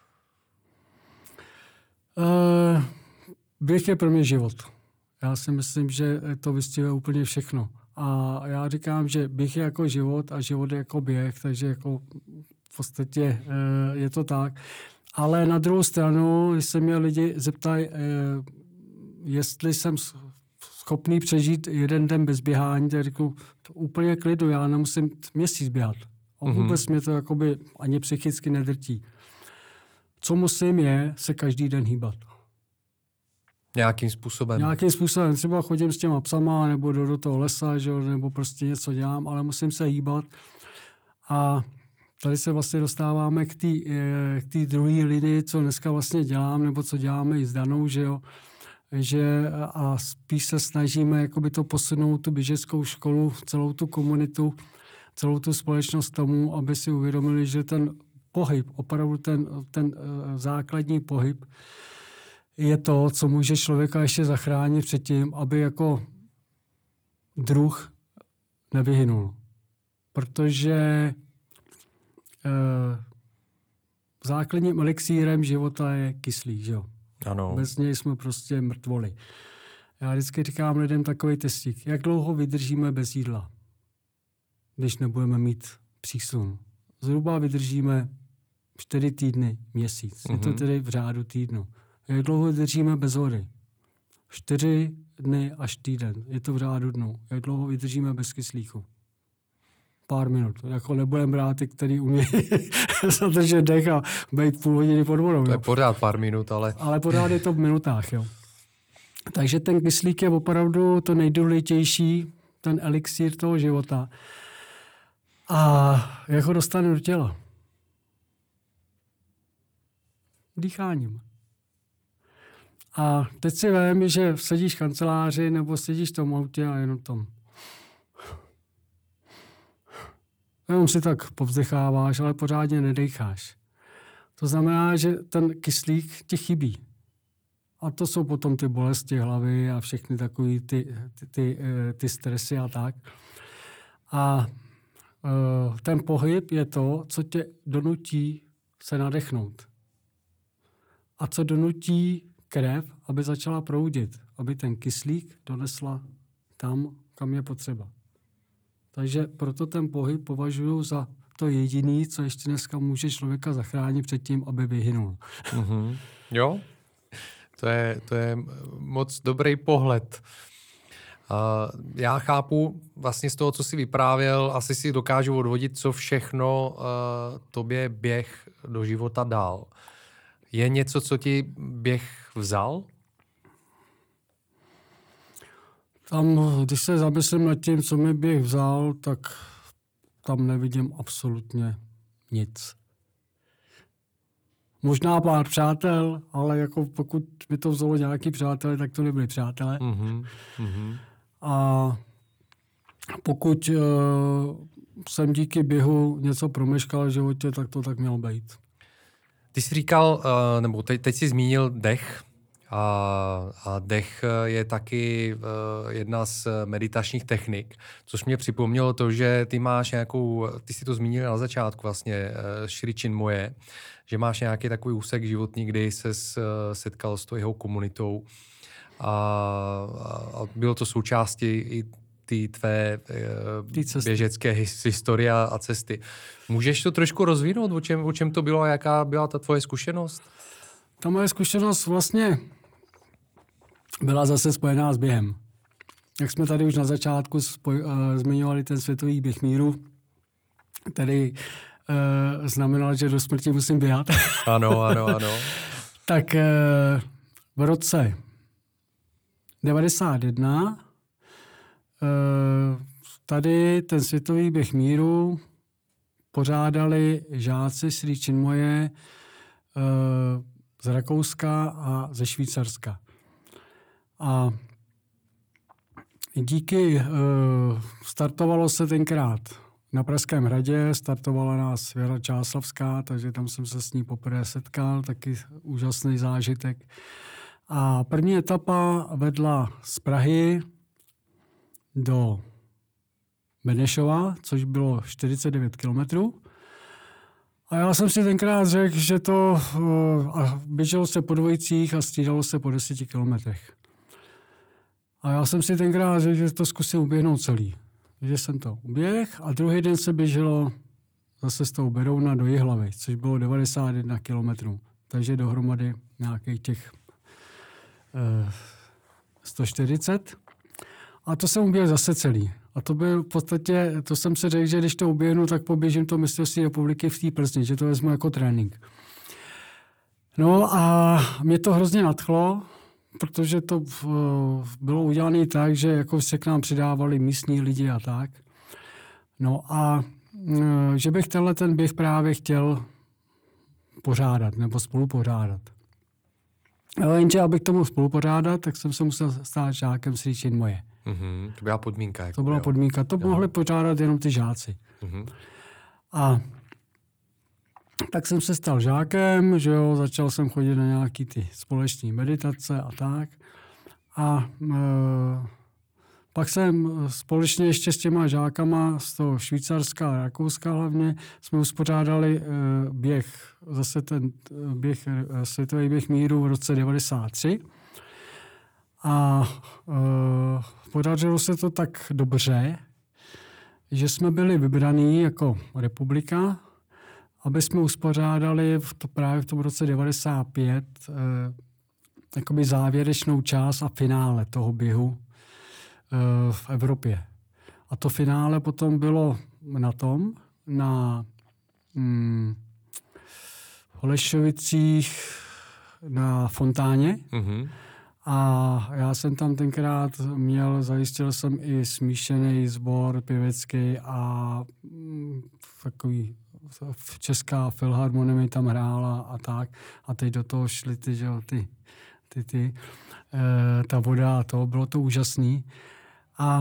Uh, běh je pro mě život. Já si myslím, že to vystihuje úplně všechno. A já říkám, že běh je jako život a život je jako běh, takže jako v podstatě uh, je to tak. Ale na druhou stranu, když se mě lidi zeptají, uh, jestli jsem schopný přežít jeden den bez běhání, tak řeknu, to úplně klidu, já nemusím měsíc běhat. A vůbec mm-hmm. mě to jakoby ani psychicky nedrtí. Co musím je se každý den hýbat. Nějakým způsobem. Nějakým způsobem. Třeba chodím s těma psama, nebo do, do toho lesa, že, nebo prostě něco dělám, ale musím se hýbat. A tady se vlastně dostáváme k té k té druhé linii, co dneska vlastně dělám, nebo co děláme i s Danou, že jo. Že a spíš se snažíme jakoby to posunout tu běžeckou školu, celou tu komunitu, celou tu společnost tomu, aby si uvědomili, že ten pohyb, opravdu ten, ten uh, základní pohyb je to, co může člověka ještě zachránit před tím, aby jako druh nevyhynul. Protože uh, základním elixírem života je kyslík, že jo? Ano. Bez něj jsme prostě mrtvoli. Já vždycky říkám lidem takový testík. Jak dlouho vydržíme bez jídla, když nebudeme mít přísun? Zhruba vydržíme čtyři týdny, měsíc. Mm-hmm. Je to tedy v řádu týdnu. Jak dlouho vydržíme bez vody? Čtyři dny až týden. Je to v řádu dnů. Jak dlouho vydržíme bez kyslíku? Pár minut. Jako nebudeme brát ty, který umí zadržet dech a být půl hodiny pod vodou. To je pořád pár minut, ale... Ale pořád je to v minutách, jo. Takže ten kyslík je opravdu to nejdůležitější, ten elixír toho života. A jak ho dostane do těla? Dýcháním. A teď si vem, že sedíš v kanceláři nebo sedíš v tom autě a jenom tam. Jenom si tak povzdecháváš, ale pořádně nedejcháš. To znamená, že ten kyslík ti chybí. A to jsou potom ty bolesti hlavy a všechny takové ty, ty, ty, ty stresy a tak. A ten pohyb je to, co tě donutí se nadechnout. A co donutí krev, aby začala proudit, aby ten kyslík donesla tam, kam je potřeba. Takže proto ten pohyb považuji za to jediné, co ještě dneska může člověka zachránit před tím, aby vyhynul. Mm-hmm. Jo, to je, to je moc dobrý pohled. Uh, já chápu vlastně z toho, co jsi vyprávěl, asi si dokážu odvodit, co všechno uh, tobě běh do života dal. Je něco, co ti běh vzal? Tam, když se zamyslím nad tím, co mi běh vzal, tak tam nevidím absolutně nic. Možná pár přátel, ale jako pokud by to vzalo nějaký přátelé, tak to nebyli přátelé. Mm-hmm. Mm-hmm. A pokud uh, jsem díky běhu něco promeškal v životě, tak to tak mělo být. Ty jsi říkal, uh, nebo teď, teď jsi zmínil dech. A, a dech je taky uh, jedna z meditačních technik, což mě připomnělo to, že ty máš nějakou, ty jsi to zmínil na začátku vlastně, uh, Šri Chinmoye, že máš nějaký takový úsek životní, kdy ses uh, setkal s tou jeho komunitou a, a bylo to součástí i ty tvé uh, běžecké historie a cesty. Můžeš to trošku rozvinout, o čem, o čem to bylo a jaká byla ta tvoje zkušenost? Ta moje zkušenost vlastně byla zase spojená s během. Jak jsme tady už na začátku spoj, uh, zmiňovali ten světový běh míru, který uh, znamenal, že do smrti musím běhat. Ano, ano, ano. Tak uh, v roce devadesát jedna uh, tady ten světový běh míru pořádali žáci Šri Chinmoye uh, z Rakouska a ze Švýcarska. A díky uh, startovalo se tenkrát na Pražském hradě, startovala nás Věra Čáslavská, takže tam jsem se s ní poprvé setkal, taky úžasný zážitek. A první etapa vedla z Prahy do Benešova, což bylo čtyřicet devět kilometrů. A já jsem si tenkrát řekl, že to uh, a běželo se po dvojicích a střídalo se po deseti kilometrech. A já jsem si tenkrát řekl, že to zkusím uběhnout celý. Takže jsem to uběh a druhý den se běželo zase z toho Berouna do Jihlavy, což bylo devadesát jedna kilometrů. Takže dohromady nějakých těch uh, sto čtyřicet. A to jsem uběhl zase celý. A to byl v podstatě, to jsem se řekl, že když to uběhnu, tak poběžím to mistrovství republiky v té Plzni, že to vezmu jako trénink. No a mě to hrozně nadchlo, protože to bylo udělané tak, že jako se k nám přidávali místní lidi a tak. No a že bych tenhle ten běh právě chtěl pořádat nebo spolupořádat. No, jenže abych to mohl spolupořádat, tak jsem se musel stát žákem Sríčin moje. Mm-hmm. To byla podmínka. Jako to byla jo. podmínka. To jo. Mohli pořádat jenom ty žáci. Mm-hmm. A tak jsem se stal žákem, že jo, začal jsem chodit na nějaký ty společné meditace a tak. A e, pak jsem společně ještě s těma žákama z toho Švýcarska a Rakouska hlavně jsme uspořádali e, běh, zase ten běh, e, světový běh míru v roce devadesát tři. A e, podařilo se to tak dobře, že jsme byli vybraní jako republika, aby jsme uspořádali v to, právě v tom roce devadesát pět e, jakoby závěrečnou část a finále toho běhu e, v Evropě. A to finále potom bylo na tom, na mm, Holešovicích na Fontáně. Mm-hmm. A já jsem tam tenkrát měl, zajistil jsem i smíšený sbor pěvecký a mm, takový Česká filharmonie mi tam hrála a tak. A teď do toho šly ty, že jo, ty, ty, ty, e, ta voda a to, bylo to úžasný. A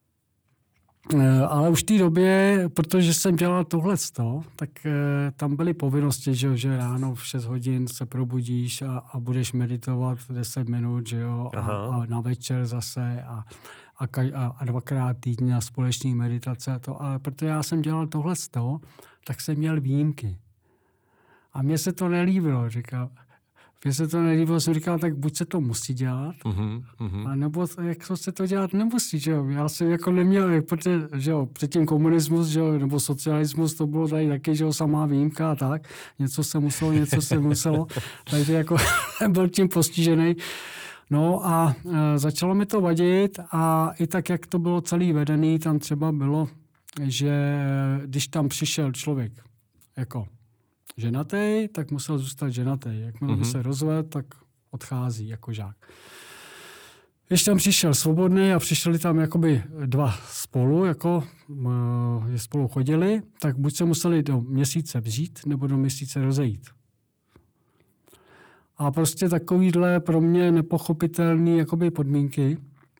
ale už v té době, protože jsem dělal tohleto, tak e, tam byly povinnosti, že, že ráno v šest hodin se probudíš a, a budeš meditovat deset minut, že jo, a, a na večer zase a, a, a, a dvakrát týdně na společný meditace a to. Ale protože já jsem dělal tohleto, tak jsem měl výjimky. A mně se to nelíbilo, říkal. Mně se to nelíbilo, jsem říkal, tak buď se to musí dělat, uh-huh, uh-huh. a nebo jak se to dělat nemusí, že jo. Já jsem jako neměl, protože, že jo, předtím komunismus, že jo, nebo socialismus, to bylo tady taky, že jo, samá výjimka a tak. Něco se muselo, něco se muselo, takže jako byl tím postižený. No a e, začalo mi to vadit a i tak, jak to bylo celý vedený, tam třeba bylo, že když tam přišel člověk, jako ženatý, tak musel zůstat ženatý. Jakmile mm-hmm. se rozvedl, tak odchází jako žák. Když tam přišel svobodný a přišli tam jakoby dva spolu, jako je spolu chodili, tak buď se museli do měsíce vzít, nebo do měsíce rozejít. A prostě takovýhle pro mě nepochopitelný jakoby podmínky.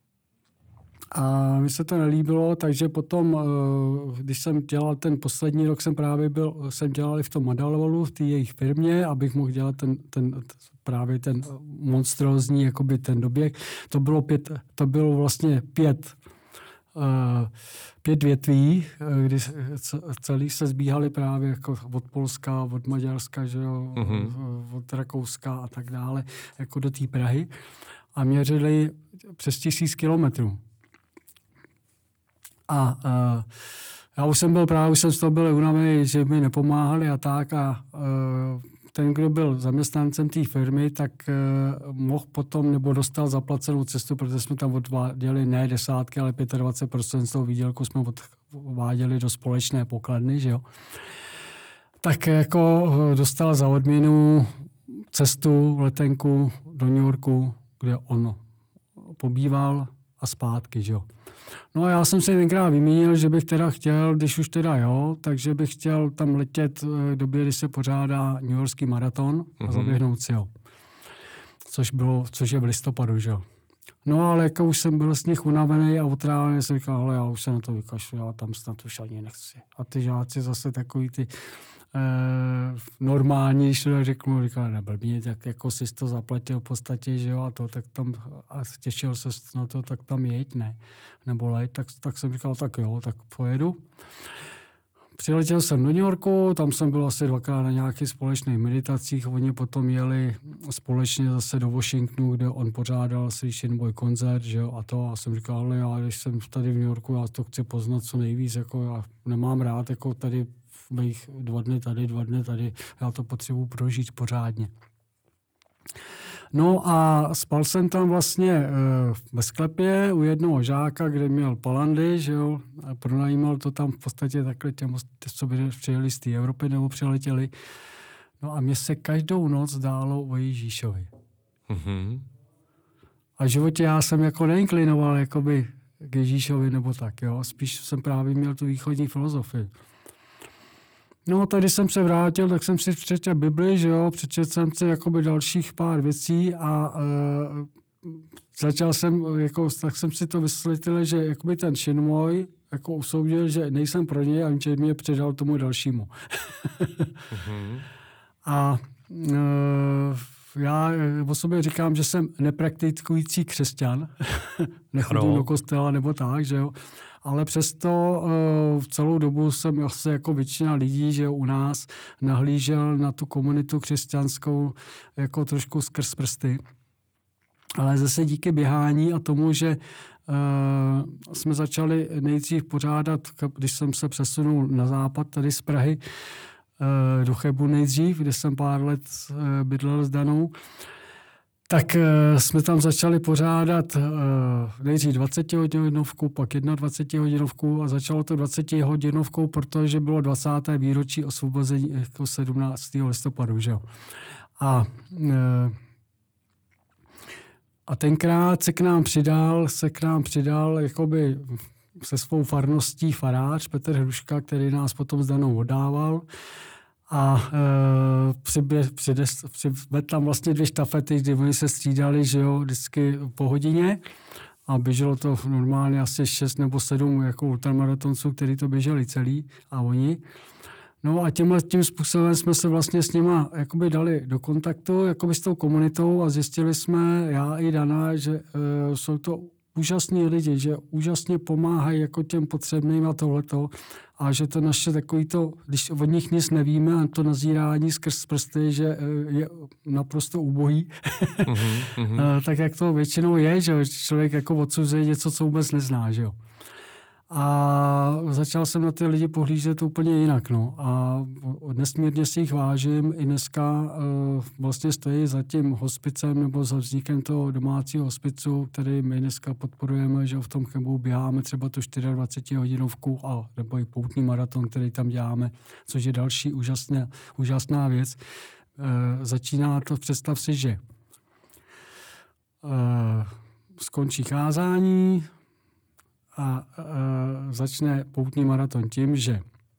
A mi se to nelíbilo, takže potom, když jsem dělal ten poslední rok, jsem právě byl, jsem dělal i v tom Madalolu, v té jejich firmě, abych mohl dělat ten, ten právě ten monstrózní, jakoby ten doběh. To bylo pět, to bylo vlastně pět, pět větví, kdy celý se zbíhali právě jako od Polska, od Maďarska, že jo, mm-hmm. od Rakouska a tak dále, jako do té Prahy. A měřili přes tisíc kilometrů. A uh, já už jsem byl právě, už jsem z toho byl unavený, že mi nepomáhali a tak a uh, ten, kdo byl zaměstnancem té firmy, tak uh, mohl potom, nebo dostal zaplacenou cestu, protože jsme tam odváděli ne desátky, ale dvacet pět procent z toho výdělku jsme odváděli do společné pokladny, že jo. Tak jako dostal za odměnu cestu, letenku do New Yorku, kde on pobýval a zpátky, že jo. No a já jsem si tenkrát vymínil, že bych teda chtěl, když už teda jo, takže bych chtěl tam letět v době, kdy se pořádá New Yorkský maraton mm-hmm. a zaběhnout si ho. Což bylo, což je v listopadu, že jo. No ale jako už jsem byl z nich unavený a otrávený, jsem říkal, ale já už se na to vykašlu, já tam snad už ani nechci. A ty žáci zase takový ty eh, normální, když to tak řeknu, říkal, neblbně, tak jako jsi to zaplatil v podstatě, že jo, a to, tak tam, a těšil se na to, tak tam jeď, ne, nebo lejt, tak, tak jsem říkal, tak jo, tak pojedu. Přiletěl jsem do New Yorku, tam jsem byl asi dvakrát na nějakých společných meditacích, oni potom jeli společně zase do Washingtonu, kde on pořádal Sríčin Boy koncert, že jo, a to, a jsem říkal, ale já, když jsem tady v New Yorku, já to chci poznat co nejvíc, jako já nemám rád, jako tady v mých dva dny tady, dva dny tady, já to potřebuji prožít pořádně. No a spal jsem tam vlastně ve sklepě u jednoho žáka, kde měl palandy, že jo, a pronajímal to tam v podstatě takhle těm, co by přijeli z té Evropy nebo přiletěli. No a mně se každou noc dálo o Ježíšovi. Mm-hmm. A v životě já jsem jako neinklinoval jakoby k Ježíšovi nebo tak, jo. Spíš jsem právě měl tu východní filozofii. No, tak když jsem se vrátil, tak jsem si přečetl Bibli, že jo, přečetl jsem si jakoby dalších pár věcí a e, začal jsem, jako, tak jsem si to vysvětlil, že jakoby ten čin můj, jako usoudil, že nejsem pro něj a že mě předal tomu dalšímu. mm-hmm. A e, já o sobě říkám, že jsem nepraktikující křesťan, nechodím do kostela nebo tak, že jo. Ale přesto uh, celou dobu jsem asi jako většina lidí, že u nás nahlížel na tu komunitu křesťanskou jako trošku skrz prsty. Ale zase díky běhání a tomu, že uh, jsme začali nejdřív pořádat, když jsem se přesunul na západ, tady z Prahy, uh, do Chebu nejdřív, kde jsem pár let uh, bydlel s Danou, tak uh, jsme tam začali pořádat uh, nejdřív dvacetihodinovku, pak dvacetihodinovku a začalo to dvacetihodinovkou, protože bylo dvacáté výročí osvobození jako sedmnáctého listopadu, že jo. A, uh, a tenkrát se k nám přidal, se k nám přidal jakoby se svou farností farář Petr Hruška, který nás potom s Danou oddával. A e, přibě, přides, přivedl tam vlastně dvě štafety, kdy oni se střídali, že jo, vždycky po hodině. A běželo to normálně asi šest nebo sedm jako ultramaratonců, kteří to běželi celý a oni. No a tímhle tím způsobem jsme se vlastně s nima jakoby dali do kontaktu jakoby s tou komunitou a zjistili jsme, já i Dana, že e, jsou to úžasní lidi, že úžasně pomáhají jako těm potřebným a tohleto a že to naše takový to, když od nich nic nevíme a to nazírání skrz prsty, že je naprosto ubohý, mm-hmm. tak jak to většinou je, že člověk jako odsuzuje něco, co vůbec nezná, že jo. A začal jsem na ty lidi pohlížet úplně jinak, no. A nesmírně si jich vážím. I dneska uh, vlastně stojí za tím hospicem nebo za vznikem toho domácího hospicu, který my dneska podporujeme, že v tom Chebu běháme třeba tu dvacetihodinovku a nebo i poutní maraton, který tam děláme, což je další úžasná, úžasná věc. Uh, začíná to, představ si, že uh, skončí kázání, a e, začne poutní maraton tím, že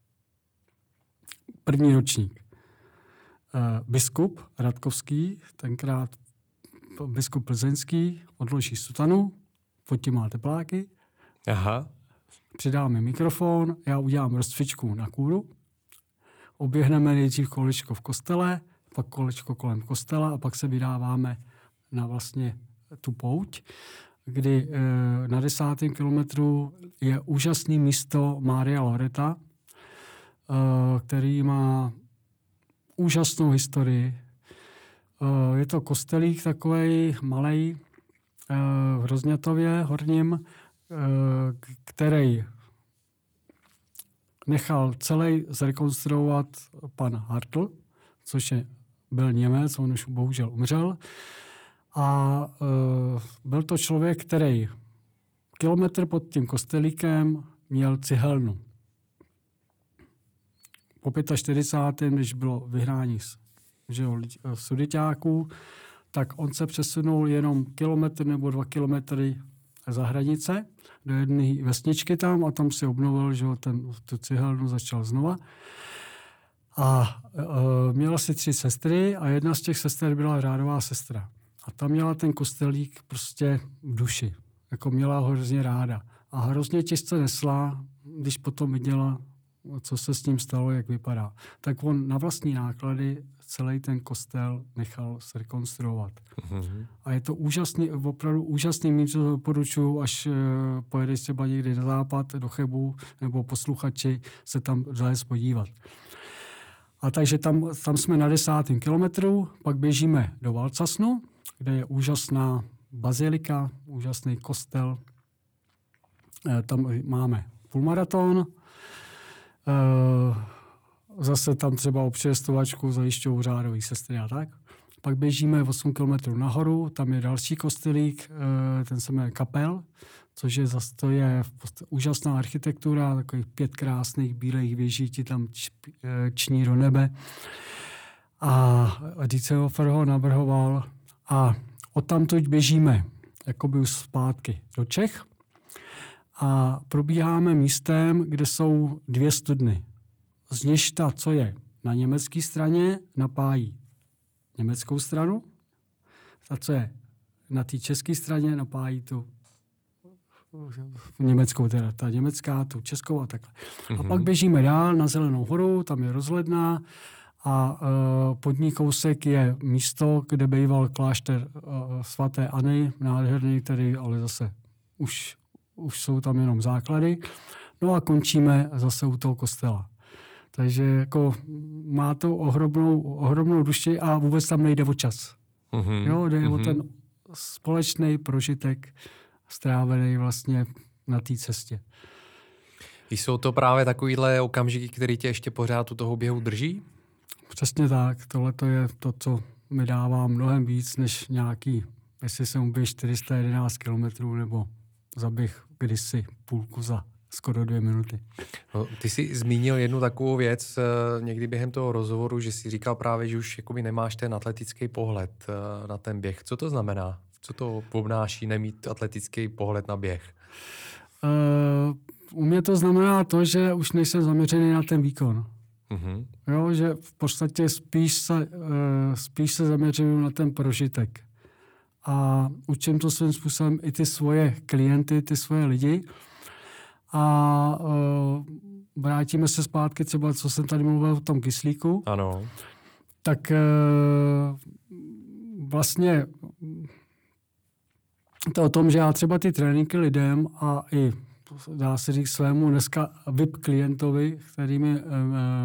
první ročník e, biskup Radkovský, tenkrát biskup plzeňský, odloží sutanu, pod tím má tepláky, Aha. přidáme mikrofon, já udělám rozcvičku na kůru, oběhneme nejdřív kolečko v kostele, pak kolečko kolem kostela a pak se vydáváme na vlastně tu pouť, kdy e, na desátém kilometru je úžasné místo Maria Loreta, e, který má úžasnou historii. E, je to kostelík takovej malej e, v Rozňatově horním, e, který nechal celý zrekonstruovat pan Hartl, což je, byl Němec, on už bohužel umřel. A e, byl to člověk, který kilometr pod tím kostelíkem měl cihelnu. Po čtyřicátém pátém když bylo vyhrání sudeťáků, tak on se přesunul jenom kilometr nebo dva kilometry za hranice do jedné vesničky tam a tam si obnovil, že ten, tu cihelnu začal znova. A e, měla si tři sestry a jedna z těch sester byla řádová sestra. A tam měla ten kostelík prostě v duši. Jako měla ho hrozně ráda. A hrozně těžce nesla, když potom viděla, co se s ním stalo, jak vypadá. Tak on na vlastní náklady celý ten kostel nechal zrekonstruovat. Mm-hmm. A je to úžasný, opravdu úžasný místo, doporučuji, až pojedeš třeba někdy na západ, do Chebu, nebo posluchači se tam dnes podívat. A takže tam, tam jsme na desátém kilometru, pak běžíme do Valcasnu, kde je úžasná bazilika, úžasný kostel. E, tam máme půlmaraton. E, zase tam třeba občerstvovačku zajišťují řádový sestry a tak. Pak běžíme osm kilometrů nahoru, tam je další kostelík, ten se jmenuje Kapel, což je zase to je úžasná architektura, takových pět krásných bílých věží ti tam ční do nebe. A Dietzenhofer ho navrhoval a odtamtud běžíme jakoby už zpátky do Čech a probíháme místem, kde jsou dvě studny. Z něž ta, co je na německé straně, napájí německou stranu, a co je na té české straně, napájí tu německou, teda ta německá, tu českou a takhle. Mm-hmm. A pak běžíme dál na Zelenou horu, tam je rozhledna a uh, pod ní kousek je místo, kde býval klášter uh, svaté Anny, nádherný, který ale zase už, už jsou tam jenom základy. No a končíme zase u toho kostela. Takže jako má to ohromnou, ohromnou duši a vůbec tam nejde o čas. Mm-hmm. Jo, jde mm-hmm. o ten společný prožitek strávený vlastně na té cestě. Jsou to právě takovýhle okamžiky, které tě ještě pořád u toho běhu drží? Přesně tak. Tohle to je to, co mi dává mnohem víc, než nějaký, jestli jsem uběh čtyři sta jedenáct kilometrů nebo zaběh kdysi půlku za skoro dvě minuty. No, ty jsi zmínil jednu takovou věc někdy během toho rozhovoru, že jsi říkal právě, že už jakoby nemáš ten atletický pohled na ten běh. Co to znamená? Co to obnáší nemít atletický pohled na běh? Uh, u mě to znamená to, že už nejsem zaměřený na ten výkon. Uh-huh. Jo, že v podstatě spíš se, uh, spíš se zaměřuju na ten prožitek. A učím to svým způsobem i ty svoje klienty, ty svoje lidi. A uh, vrátíme se zpátky třeba, co jsem tady mluvil o tom kyslíku. Ano. Tak uh, vlastně to o tom, že já třeba ty tréninky lidem a i dá se říct svému dneska V I P klientovi, který mi uh,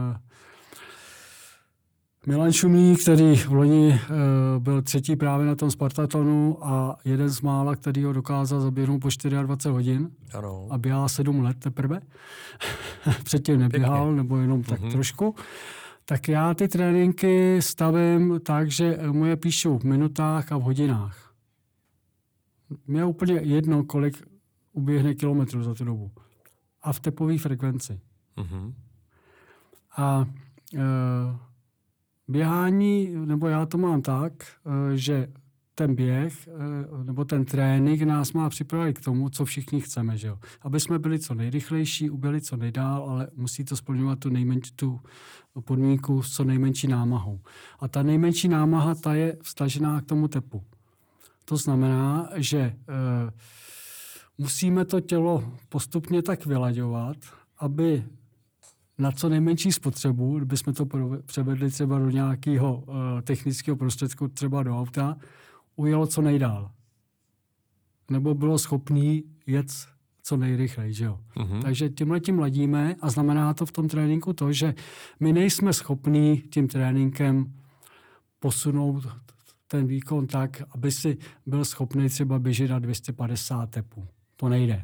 Milan Šumný, který v loni uh, byl třetí právě na tom Spartatonu a jeden z mála, který ho dokázal zaběhnout po dvacet čtyři hodin. Ano. A běhá sedm let teprve. Předtím neběhal, Pěkně. nebo jenom tak uh-huh. trošku. Tak já ty tréninky stavím tak, že mu je píšu v minutách a v hodinách. Mně je úplně jedno, kolik uběhne kilometrů za tu dobu. A v tepové frekvenci. Uh-huh. A e, běhání, nebo já to mám tak, e, že ten běh, e, nebo ten trénink nás má připravit k tomu, co všichni chceme. Že jo? Aby jsme byli co nejrychlejší, uběhli co nejdál, ale musí to splňovat tu, nejmenší, tu podmínku s co nejmenší námahou. A ta nejmenší námaha, ta je vztažená k tomu tepu. To znamená, že e, musíme to tělo postupně tak vylaďovat, aby na co nejmenší spotřebu, kdybychom to převedli třeba do nějakého uh, technického prostředku, třeba do auta, ujelo co nejdál. Nebo bylo schopný jet co nejrychleji, že jo. Uh-huh. Takže tímhletím ladíme a znamená to v tom tréninku to, že my nejsme schopní tím tréninkem posunout ten výkon tak, aby si byl schopný třeba běžet na dvě stě padesát tepů. To nejde.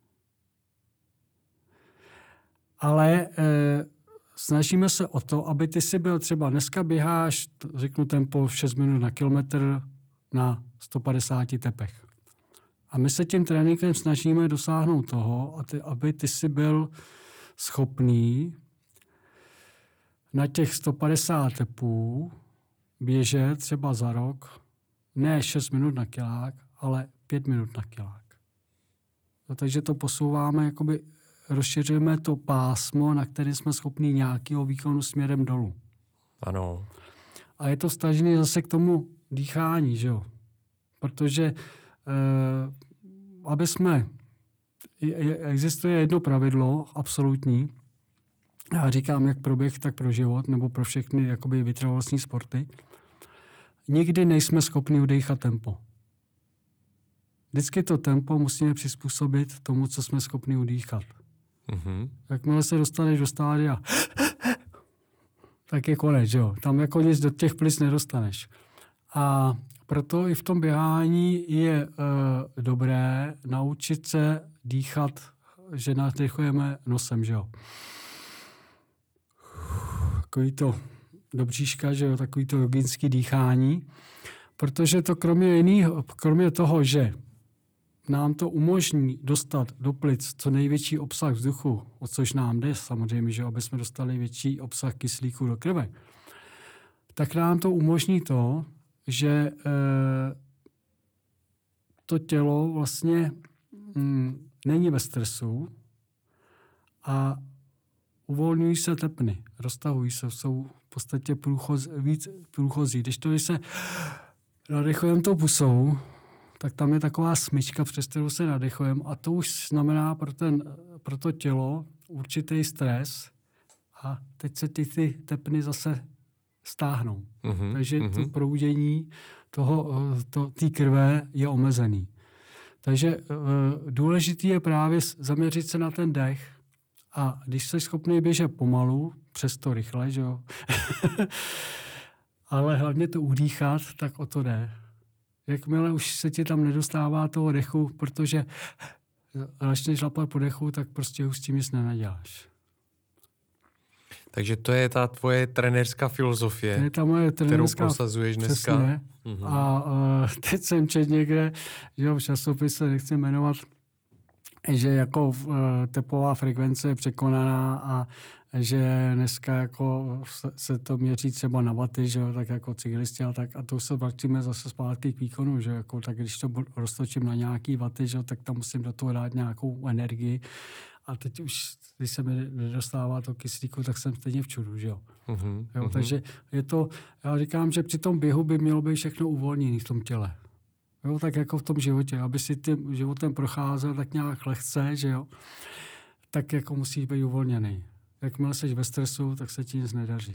Ale e, snažíme se o to, aby ty si byl třeba dneska běháš, řeknu tempo šest minut na kilometr na sto padesáti tepech. A my se tím tréninkem snažíme dosáhnout toho, aby ty si byl schopný na těch sto padesát tepů běžet třeba za rok ne šest minut na kilák, ale pět minut na kilák. No, takže to posouváme, jakoby rozšiřujeme to pásmo, na které jsme schopni nějakého výkonu směrem dolů. Ano. A je to vztažené zase k tomu dýchání, že jo? Protože eh, aby jsme, existuje jedno pravidlo absolutní, já říkám jak pro běh, tak pro život, nebo pro všechny jakoby vytrvalostní sporty, nikdy nejsme schopni udýchat tempo. Vždycky to tempo musíme přizpůsobit tomu, co jsme schopni udýchat. Mm-hmm. Jakmile se dostaneš do stádia, tak je konec, jo. Tam jako nic do těch plic nedostaneš. A proto i v tom běhání je e, dobré naučit se dýchat, že nadechujeme nosem, že jo. Takový to do bříška, že jo, takový to joginský dýchání, protože to kromě jiného, kromě toho, že nám to umožní dostat do plic co největší obsah vzduchu, o což nám jde samozřejmě, že aby jsme dostali větší obsah kyslíku do krve, tak nám to umožní to, že e, to tělo vlastně mm, není ve stresu a uvolňují se tepny, roztahují se, jsou v podstatě průchoz, víc průchozí. Když to, když se nadechujeme tou pusou, tak tam je taková smyčka, přes kterou se nadechujeme a to už znamená pro, ten, pro to tělo určitý stres a teď se ty, ty tepny zase stáhnou. Mm-hmm, Takže mm-hmm. to proudění toho, to, té krve je omezený. Takže e, důležitý je právě zaměřit se na ten dech a když jsi schopný běžet pomalu, přesto rychle, že jo, ale hlavně to udýchat, tak o to jde. Jakmile už se ti tam nedostává toho dechu, protože začneš lapat po dechu, tak prostě už s tím nic nenaděláš. Takže to je ta tvoje trenérská filozofie, to je ta moje trenérská, kterou prosazuješ dneska. Přesně. Mm-hmm. A uh, teď jsem četl někde, že v časopise, nechci jmenovat, že jako uh, tepová frekvence je překonaná a že dneska jako se to měří třeba na waty, že jo, tak jako cyklisti a tak a to se vrátíme zase zpátky k výkonu, že jako tak když to roztočím na nějaký waty, že jo, tak tam musím do toho dát nějakou energii a teď už, když se mi nedostává to kyslíku, tak jsem stejně v čudu, že jo. Uh-huh, jo uh-huh. Takže je to, já říkám, že při tom běhu by mělo být všechno uvolněné v tom těle. Jo, tak jako v tom životě, aby si tím životem procházel tak nějak lehce, že jo, tak jako musíš být uvolněný. Jakmile jsi ve stresu, tak se ti nic nedaří.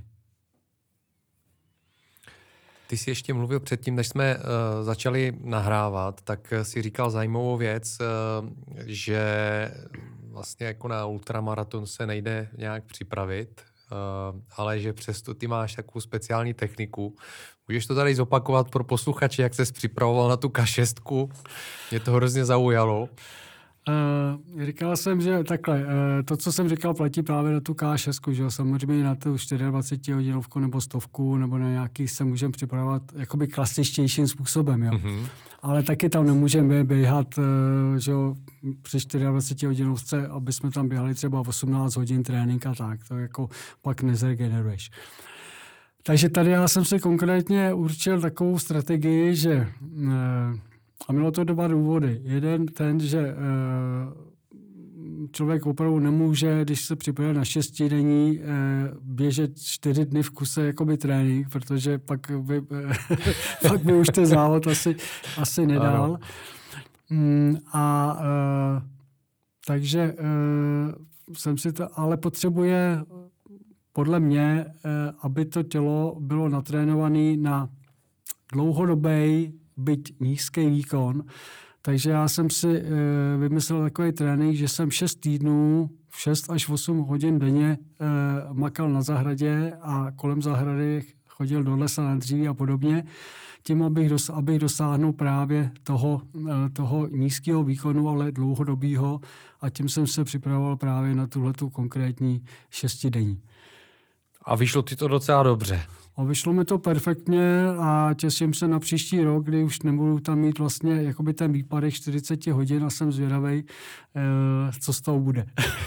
Ty jsi ještě mluvil předtím, než jsme uh, začali nahrávat, tak si říkal zajímavou věc, uh, že vlastně jako na ultramaraton se nejde nějak připravit, uh, ale že přesto ty máš takovou speciální techniku. Můžeš to tady zopakovat pro posluchače, jak ses připravoval na tu K šest? Mě to hrozně zaujalo. Uh, říkal jsem, že takhle, uh, to, co jsem říkal, platí právě na tu K šest, že jo, samozřejmě na tu dvacet čtyři hodinovku nebo stovku, nebo na nějaký se můžeme připravovat jakoby klasičtějším způsobem, jo. Mm-hmm. Ale taky tam nemůžeme běhat, uh, že jo, při dvacet čtyři hodinovce, aby jsme tam běhali třeba osmnáct hodin trénink a tak, to jako pak nezregeneruješ. Takže tady já jsem si konkrétně určil takovou strategii, že uh, a mělo to dva důvody. Jeden ten, že uh, člověk opravdu nemůže, když se připravuje na šestidenní, uh, běžet čtyři dny v kuse jakoby trénink, protože pak by, uh, pak by už ten závod asi, asi nedal. Um, a uh, takže uh, jsem si to, ale potřebuje podle mě, uh, aby to tělo bylo natrénované na dlouhodobý byť nízký výkon. Takže já jsem si e, vymyslel takový trénink, že jsem šest týdnů, šest až osm hodin denně e, makal na zahradě a kolem zahrady chodil do lesa na dříví a podobně. Tím, abych, dos, abych dosáhnul právě toho, e, toho nízkého výkonu, ale dlouhodobého a tím jsem se připravoval právě na tuhletu konkrétní šestidenní. A vyšlo ti to docela dobře. A vyšlo mi to perfektně a těším se na příští rok, kdy už nebudu tam mít vlastně jakoby ten výpadek čtyřicet hodin a jsem zvědavej, co z toho bude.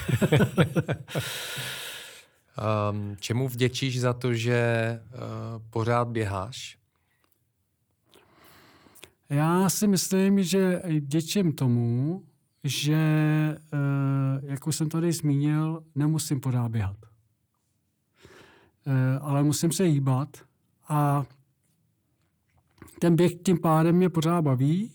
um, čemu vděčíš za to, že uh, pořád běháš? Já si myslím, že vděčím tomu, že, uh, jak už jsem tady zmínil, nemusím pořád běhat. Ale musím se hýbat a ten běh tím pádem mě pořád baví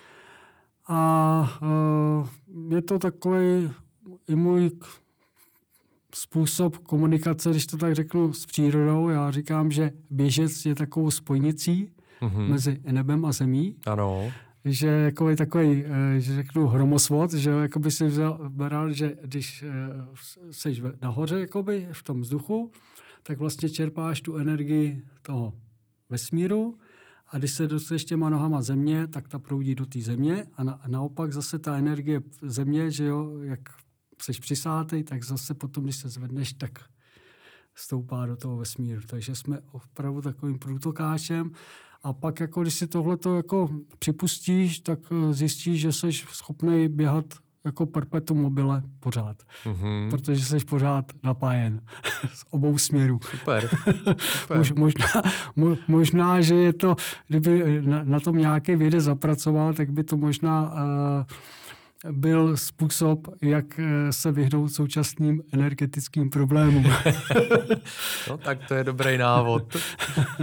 a je to takový i můj způsob komunikace, když to tak řeknu, s přírodou. Já říkám, že běžec je takovou spojnicí mm-hmm. mezi nebem a zemí. Ano. Že jako je takový, že řeknu hromosvod, že jako by si vzal, beral, že když seš nahoře jakoby v tom vzduchu, tak vlastně čerpáš tu energii toho vesmíru a když se dostaneš těma nohama země, tak ta proudí do té země a, na, a naopak zase ta energie země, že jo, jak seš přisátej, tak zase potom, když se zvedneš, tak stoupá do toho vesmíru. Takže jsme opravdu takovým průtokáčem. A pak, jako, když si tohleto jako připustíš, tak zjistíš, že jsi schopný běhat jako perpetuum mobile pořád. Mm-hmm. Protože jsi pořád napájen z obou směrů. Super. Super. Mož, možná, mo, možná, že je to, kdyby na, na tom nějaký vědec zapracoval, tak by to možná uh, byl způsob, jak se vyhnout současným energetickým problémům. No tak to je dobrý návod. Uh,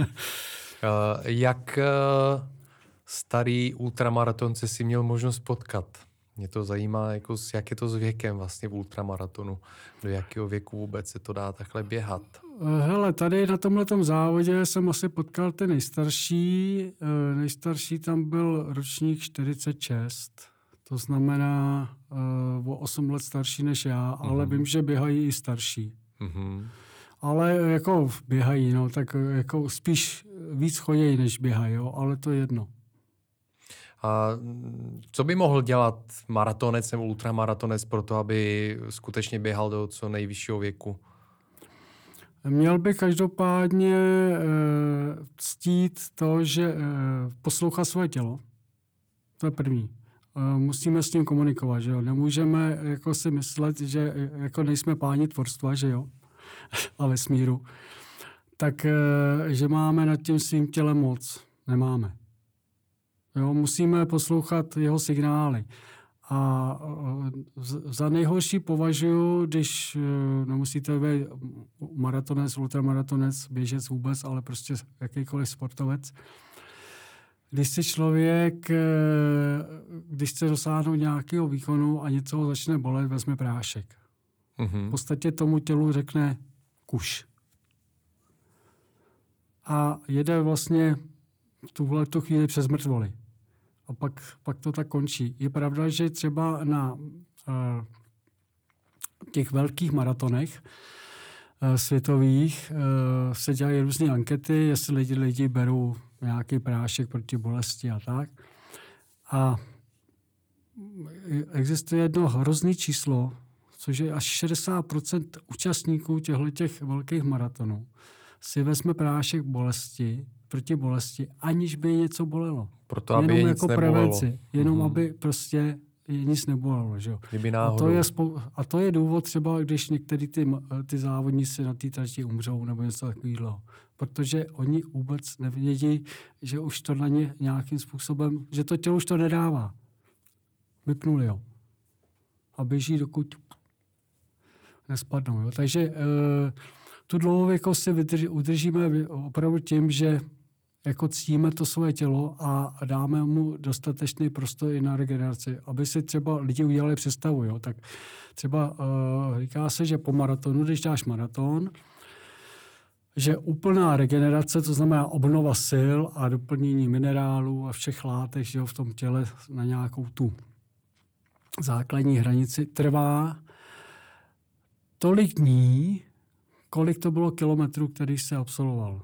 jak uh, starý ultramaratonce si měl možnost potkat? Mě to zajímá, jako, jak je to s věkem vlastně v ultramaratonu. Do jakého věku vůbec se to dá takhle běhat? Hele, tady na tomhletom závodě jsem asi potkal ten nejstarší. Nejstarší tam byl ročník čtyřicet šest. To znamená uh, o osm let starší než já, mm-hmm. ale vím, že běhají i starší. Mm-hmm. Ale jako běhají, no, tak jako spíš víc chodějí, než běhají, jo, ale to je jedno. A co by mohl dělat maratonec nebo ultramaratonec pro to, aby skutečně běhal do co nejvyššího věku? Měl by každopádně e, ctít to, že e, poslouchá svoje tělo. To je první. E, musíme s tím komunikovat, že jo. Nemůžeme jako si myslet, že e, jako nejsme páni tvorstva, že jo, a vesmíru. Tak, e, že máme nad tím svým tělem moc. Nemáme. Jo, musíme poslouchat jeho signály. A za nejhorší považuji, když nemusíte být maratonec, ultramaratonec, běžec vůbec, ale prostě jakýkoliv sportovec. Když si člověk, když chce dosáhnout nějakého výkonu a něco ho začne bolet, vezme prášek. Mm-hmm. V podstatě tomu tělu řekne kuš. A jede vlastně v tuhletu chvíli přes mrtvoly. A pak, pak to tak končí. Je pravda, že třeba na uh, těch velkých maratonech uh, světových uh, se dělají různé ankety, jestli lidi, lidi berou nějaký prášek proti bolesti a tak. A existuje jedno hrozný číslo, což je až šedesát procent účastníků těchto velkých maratonů si vezme prášek bolesti, proti bolesti, aniž by je něco bolelo. Proto, aby jenom je jako nic prevenci. nebolelo. Jenom, mm-hmm. aby prostě je nic nebolelo. Že? Kdyby a, to je spou- a to je důvod třeba, když některý ty, ty závodníci na té trati umřou nebo něco takového. Protože oni vůbec nevědí, že už to na ně nějakým způsobem, že to tělo už to nedává. Vypnuli ho. A běží, dokud nespadnou. Jo? Takže e, tu dlouhověkost si vydrž, udržíme opravdu tím, že jako ctíme to svoje tělo a dáme mu dostatečný prostor i na regeneraci. Aby si třeba lidi udělali představu. Jo? Tak třeba uh, říká se, že po maratonu, když dáš maraton, že úplná regenerace, to znamená obnova sil a doplnění minerálů a všech látek, že jo, v tom těle na nějakou tu základní hranici, trvá tolik dní, kolik to bylo kilometrů, který se absolvoval.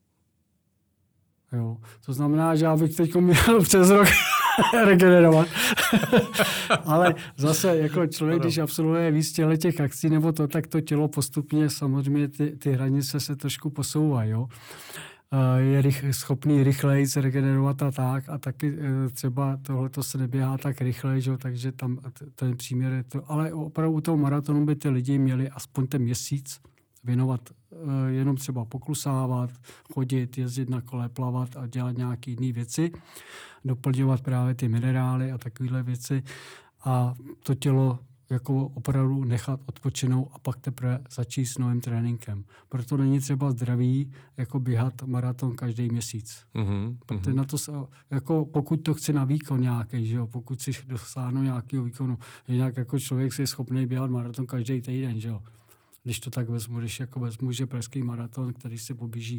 Jo. To znamená, že já bych teď měl přes rok regenerovat. Ale zase, jako člověk, když absolvuje víc těch akcí nebo to, tak to tělo postupně, samozřejmě ty, ty hranice se trošku posouvají. Jo. Je rych, schopný rychleji se regenerovat a tak. A taky třeba tohleto se neběhá tak rychle, že? Takže tam ten příměr je to. Ale opravdu u toho maratonu by ty lidi měli aspoň ten měsíc věnovat, jenom třeba poklusávat, chodit, jezdit na kole, plavat a dělat nějaké jiné věci, doplňovat právě ty minerály a takovéhle věci a to tělo jako opravdu nechat odpočinout a pak teprve začít s novým tréninkem. Proto není třeba zdravý jako běhat maraton každý měsíc. Mm-hmm. Protože na to, jako pokud to chci na výkon nějaký, že jo, pokud si dosáhnu nějakého výkonu, jinak jako člověk si je schopný běhat maraton každý týden, že jo. Když to tak vezmu, když jako vezmu, že pražský maraton, který se poběží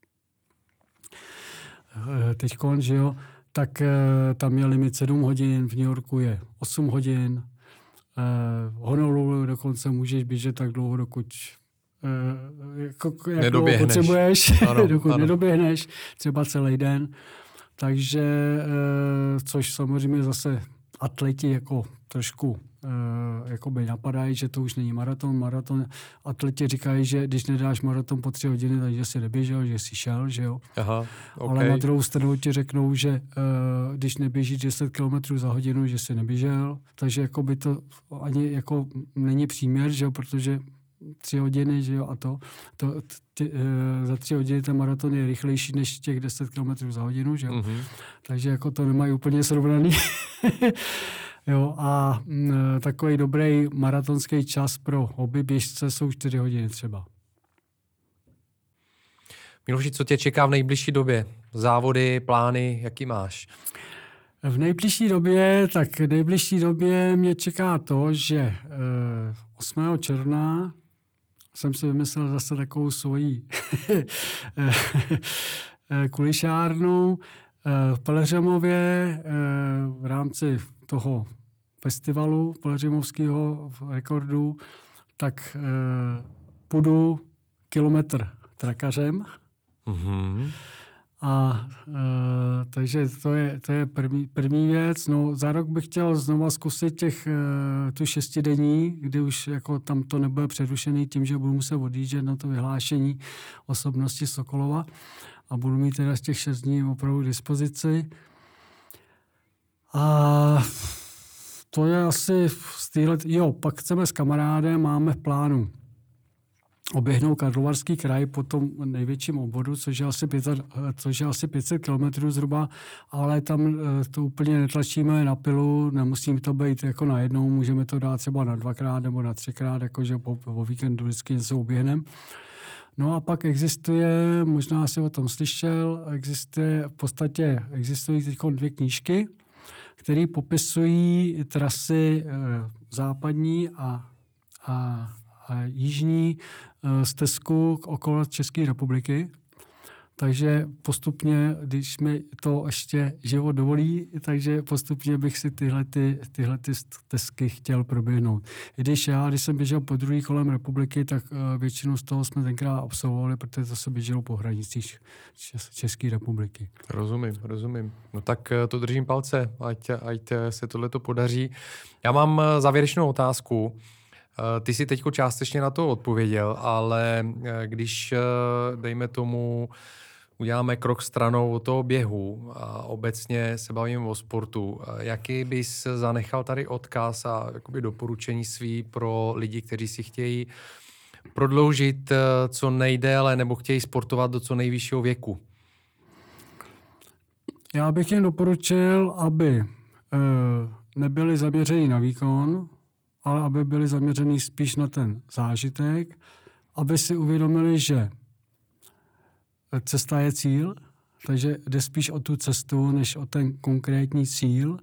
teďkon, že jo, tak tam je limit sedm hodin, v New Yorku je osm hodin, v Honolulu dokonce můžeš běžet tak dlouho, dokud jako, jako potřebuješ, ano, dokud ano. nedoběhneš, třeba celý den. Takže, což samozřejmě zase atleti jako trošku uh, jakoby napadají, že to už není maraton. Maraton atleti říkají, že když nedáš maraton po tři hodiny, takže jsi neběžel, že jsi šel, že jo. Aha, okay. Ale na druhou stranu ti řeknou, že uh, když neběžíš deset kilometrů za hodinu, že jsi neběžel. Takže jakoby to ani jako není příměr, že jo, protože tři hodiny, že jo, a to, to ty, uh, za tři hodiny ten maraton je rychlejší než těch deset kilometrů za hodinu, že jo. Mm-hmm. Takže jako to nemají úplně srovnaný. Jo, a m, takový dobrý maratonský čas pro hobby běžce jsou čtyři hodiny třeba. Miloši, co tě čeká v nejbližší době? Závody, plány, jaký máš? V nejbližší době, tak v nejbližší době mě čeká to, že e, osmého června jsem si vymyslel zase takovou svoji kulišárnu v Pelhřimově v rámci toho festivalu pelhřimovského rekordu, tak půjdu kilometr trakařem. Mm-hmm. A e, takže to je, to je první, první věc. No, za rok bych chtěl znova zkusit těch, e, tu šestidenní, kdy už jako tam to nebude přerušený tím, že budu muset odjíždět na to vyhlášení osobnosti Sokolova a budu mít teda z těch šest dní opravdu k dispozici. A to je asi z téhle... Jo, pak chceme s kamarádem, máme v plánu oběhnout Karlovarský kraj po tom největším obvodu, což je asi pět set, což je asi pět set kilometrů zhruba, ale tam to úplně netlačíme na pilu, nemusím to být jako na jednou, můžeme to dát třeba na dvakrát nebo na třikrát, jakože po, po víkendu vždycky něco oběhneme. No a pak existuje, možná si o tom slyšel, existuje, v podstatě existují teď dvě knížky, které popisují trasy západní a, a a jižní stezku okolo České republiky. Takže postupně, když mi to ještě život dovolí, takže postupně bych si tyhle, ty, tyhle ty stezky chtěl proběhnout. I když já, když jsem běžel po druhý kolem republiky, tak většinu z toho jsme tenkrát absolvovali, protože to se běželo po hranicích České republiky. Rozumím, rozumím. No tak to držím palce, ať, ať se tohleto podaří. Já mám závěrečnou otázku. Ty jsi teďko částečně na to odpověděl, ale když, dejme tomu, uděláme krok stranou od toho běhu a obecně se bavíme o sportu, jaký bys zanechal tady odkaz a jakoby doporučení svý pro lidi, kteří si chtějí prodloužit co nejdéle nebo chtějí sportovat do co nejvyššího věku? Já bych jim doporučil, aby e, nebyli zaměřeni na výkon, ale aby byli zaměření spíš na ten zážitek, aby si uvědomili, že cesta je cíl, takže jde spíš o tu cestu, než o ten konkrétní cíl.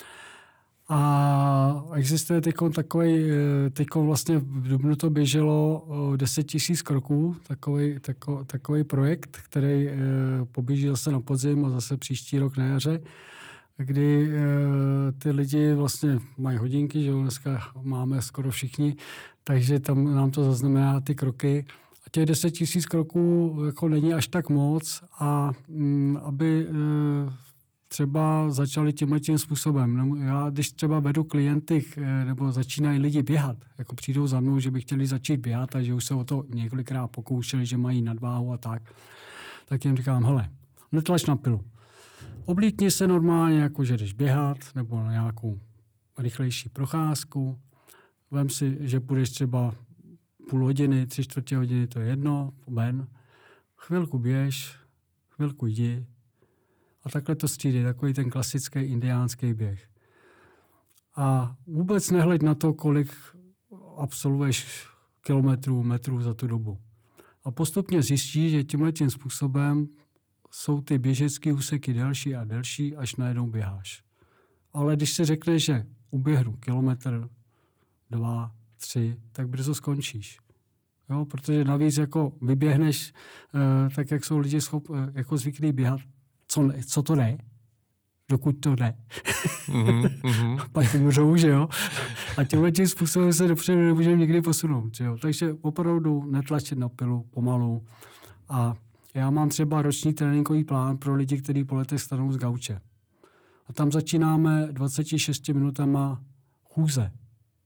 A existuje teďko takový, teďko vlastně v dubnu to běželo deset tisíc kroků, takový, tako, takový projekt, který poběží zase na podzim a zase příští rok na jaře, kdy e, ty lidi vlastně mají hodinky, že dneska máme skoro všichni, takže tam nám to zaznamená ty kroky. A těch deset tisíc kroků jako není až tak moc a m, aby e, třeba začali tímhle tím způsobem. Já když třeba vedu klienty e, nebo začínají lidi běhat, jako přijdou za mnou, že by chtěli začít běhat a že už se o to několikrát pokoušeli, že mají nadváhu a tak, tak jim říkám, hele, netlač na pilu. Oblíkni se normálně, jako že jdeš běhat nebo na nějakou rychlejší procházku. Vem si, že půjdeš třeba půl hodiny, tři čtvrtě hodiny, to je jedno, ven. Chvilku běž, chvilku jdi. A takhle to střídej, takový ten klasický indiánský běh. A vůbec nehleď na to, kolik absolvuješ kilometrů, metrů za tu dobu. A postupně zjistíš, že tímhletím způsobem jsou ty běžecké úseky delší a delší, až najednou běháš. Ale když si řekneš, že uběhnu kilometr, dva, tři, tak brzo skončíš. Jo, protože navíc jako vyběhneš, eh, tak jak jsou lidi schop, eh, jako zvyklí běhat, co, co to jde, dokud to jde. Mm-hmm. Pak umřou, že jo. A tímhle tím způsobem se dopředu nemůžeme nikdy posunout, že jo. Takže opravdu netlačit na pilu pomalu. A já mám třeba roční tréninkový plán pro lidi, kteří po letech stanou z gauče. A tam začínáme dvaceti šesti minutama chůze.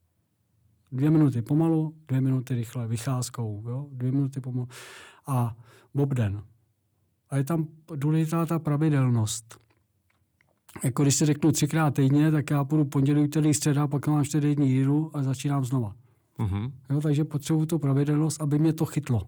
Dvě minuty pomalu, dvě minuty rychle, vycházkou, jo? Dvě minuty pomalu. A obden. A je tam důležitá ta pravidelnost. Jako když si řeknu třikrát týdně, tak já půjdu pondělí, úterý, středa, pak mám čtyři dní jíru a začínám znova. Mm-hmm. Jo, takže potřebuju tu pravidelnost, aby mě to chytlo.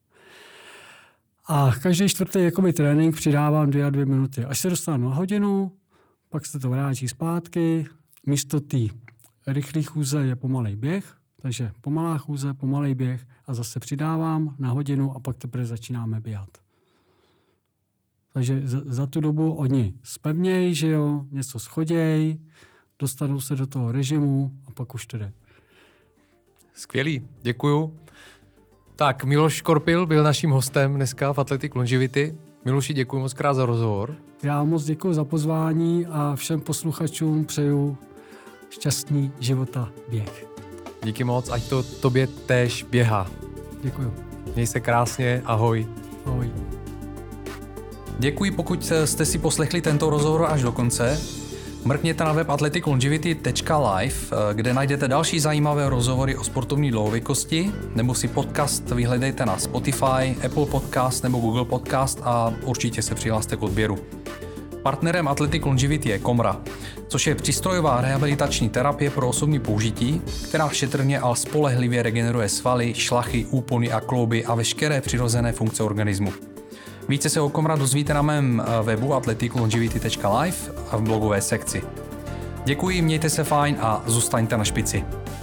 A každý čtvrtý jakoby trénink přidávám dvě a dvě minuty. Až se dostanu na hodinu, pak se to vrátí zpátky. Místo té rychlé chůze je pomalej běh, takže pomalá chůze, pomalej běh a zase přidávám na hodinu a pak teprve začínáme běhat. Takže za, za tu dobu oni zpevnějí, že jo, něco schodějí, dostanou se do toho režimu a pak už to jde. Skvělý, děkuju. Tak, Miloš Škorpil byl naším hostem dneska v Athletic Longevity. Miloši, děkuji moc krát za rozhovor. Já moc děkuji za pozvání a všem posluchačům přeju šťastný života běh. Díky moc, ať to tobě též běhá. Děkuju. Měj se krásně, ahoj. Ahoj. Děkuji, pokud jste si poslechli tento rozhovor až do konce. Mrkněte na web athletic longevity tečka live, kde najdete další zajímavé rozhovory o sportovní dlouhověkosti, nebo si podcast vyhledejte na Spotify, Apple Podcast nebo Google Podcast a určitě se přihlaste k odběru. Partnerem Athletic Longevity je Komra, což je přístrojová rehabilitační terapie pro osobní použití, která šetrně a spolehlivě regeneruje svaly, šlachy, úpony a klouby a veškeré přirozené funkce organismu. Více se o Komra dozvíte na mém webu athletic longevity tečka live a v blogové sekci. Děkuji, mějte se fajn a zůstaňte na špici.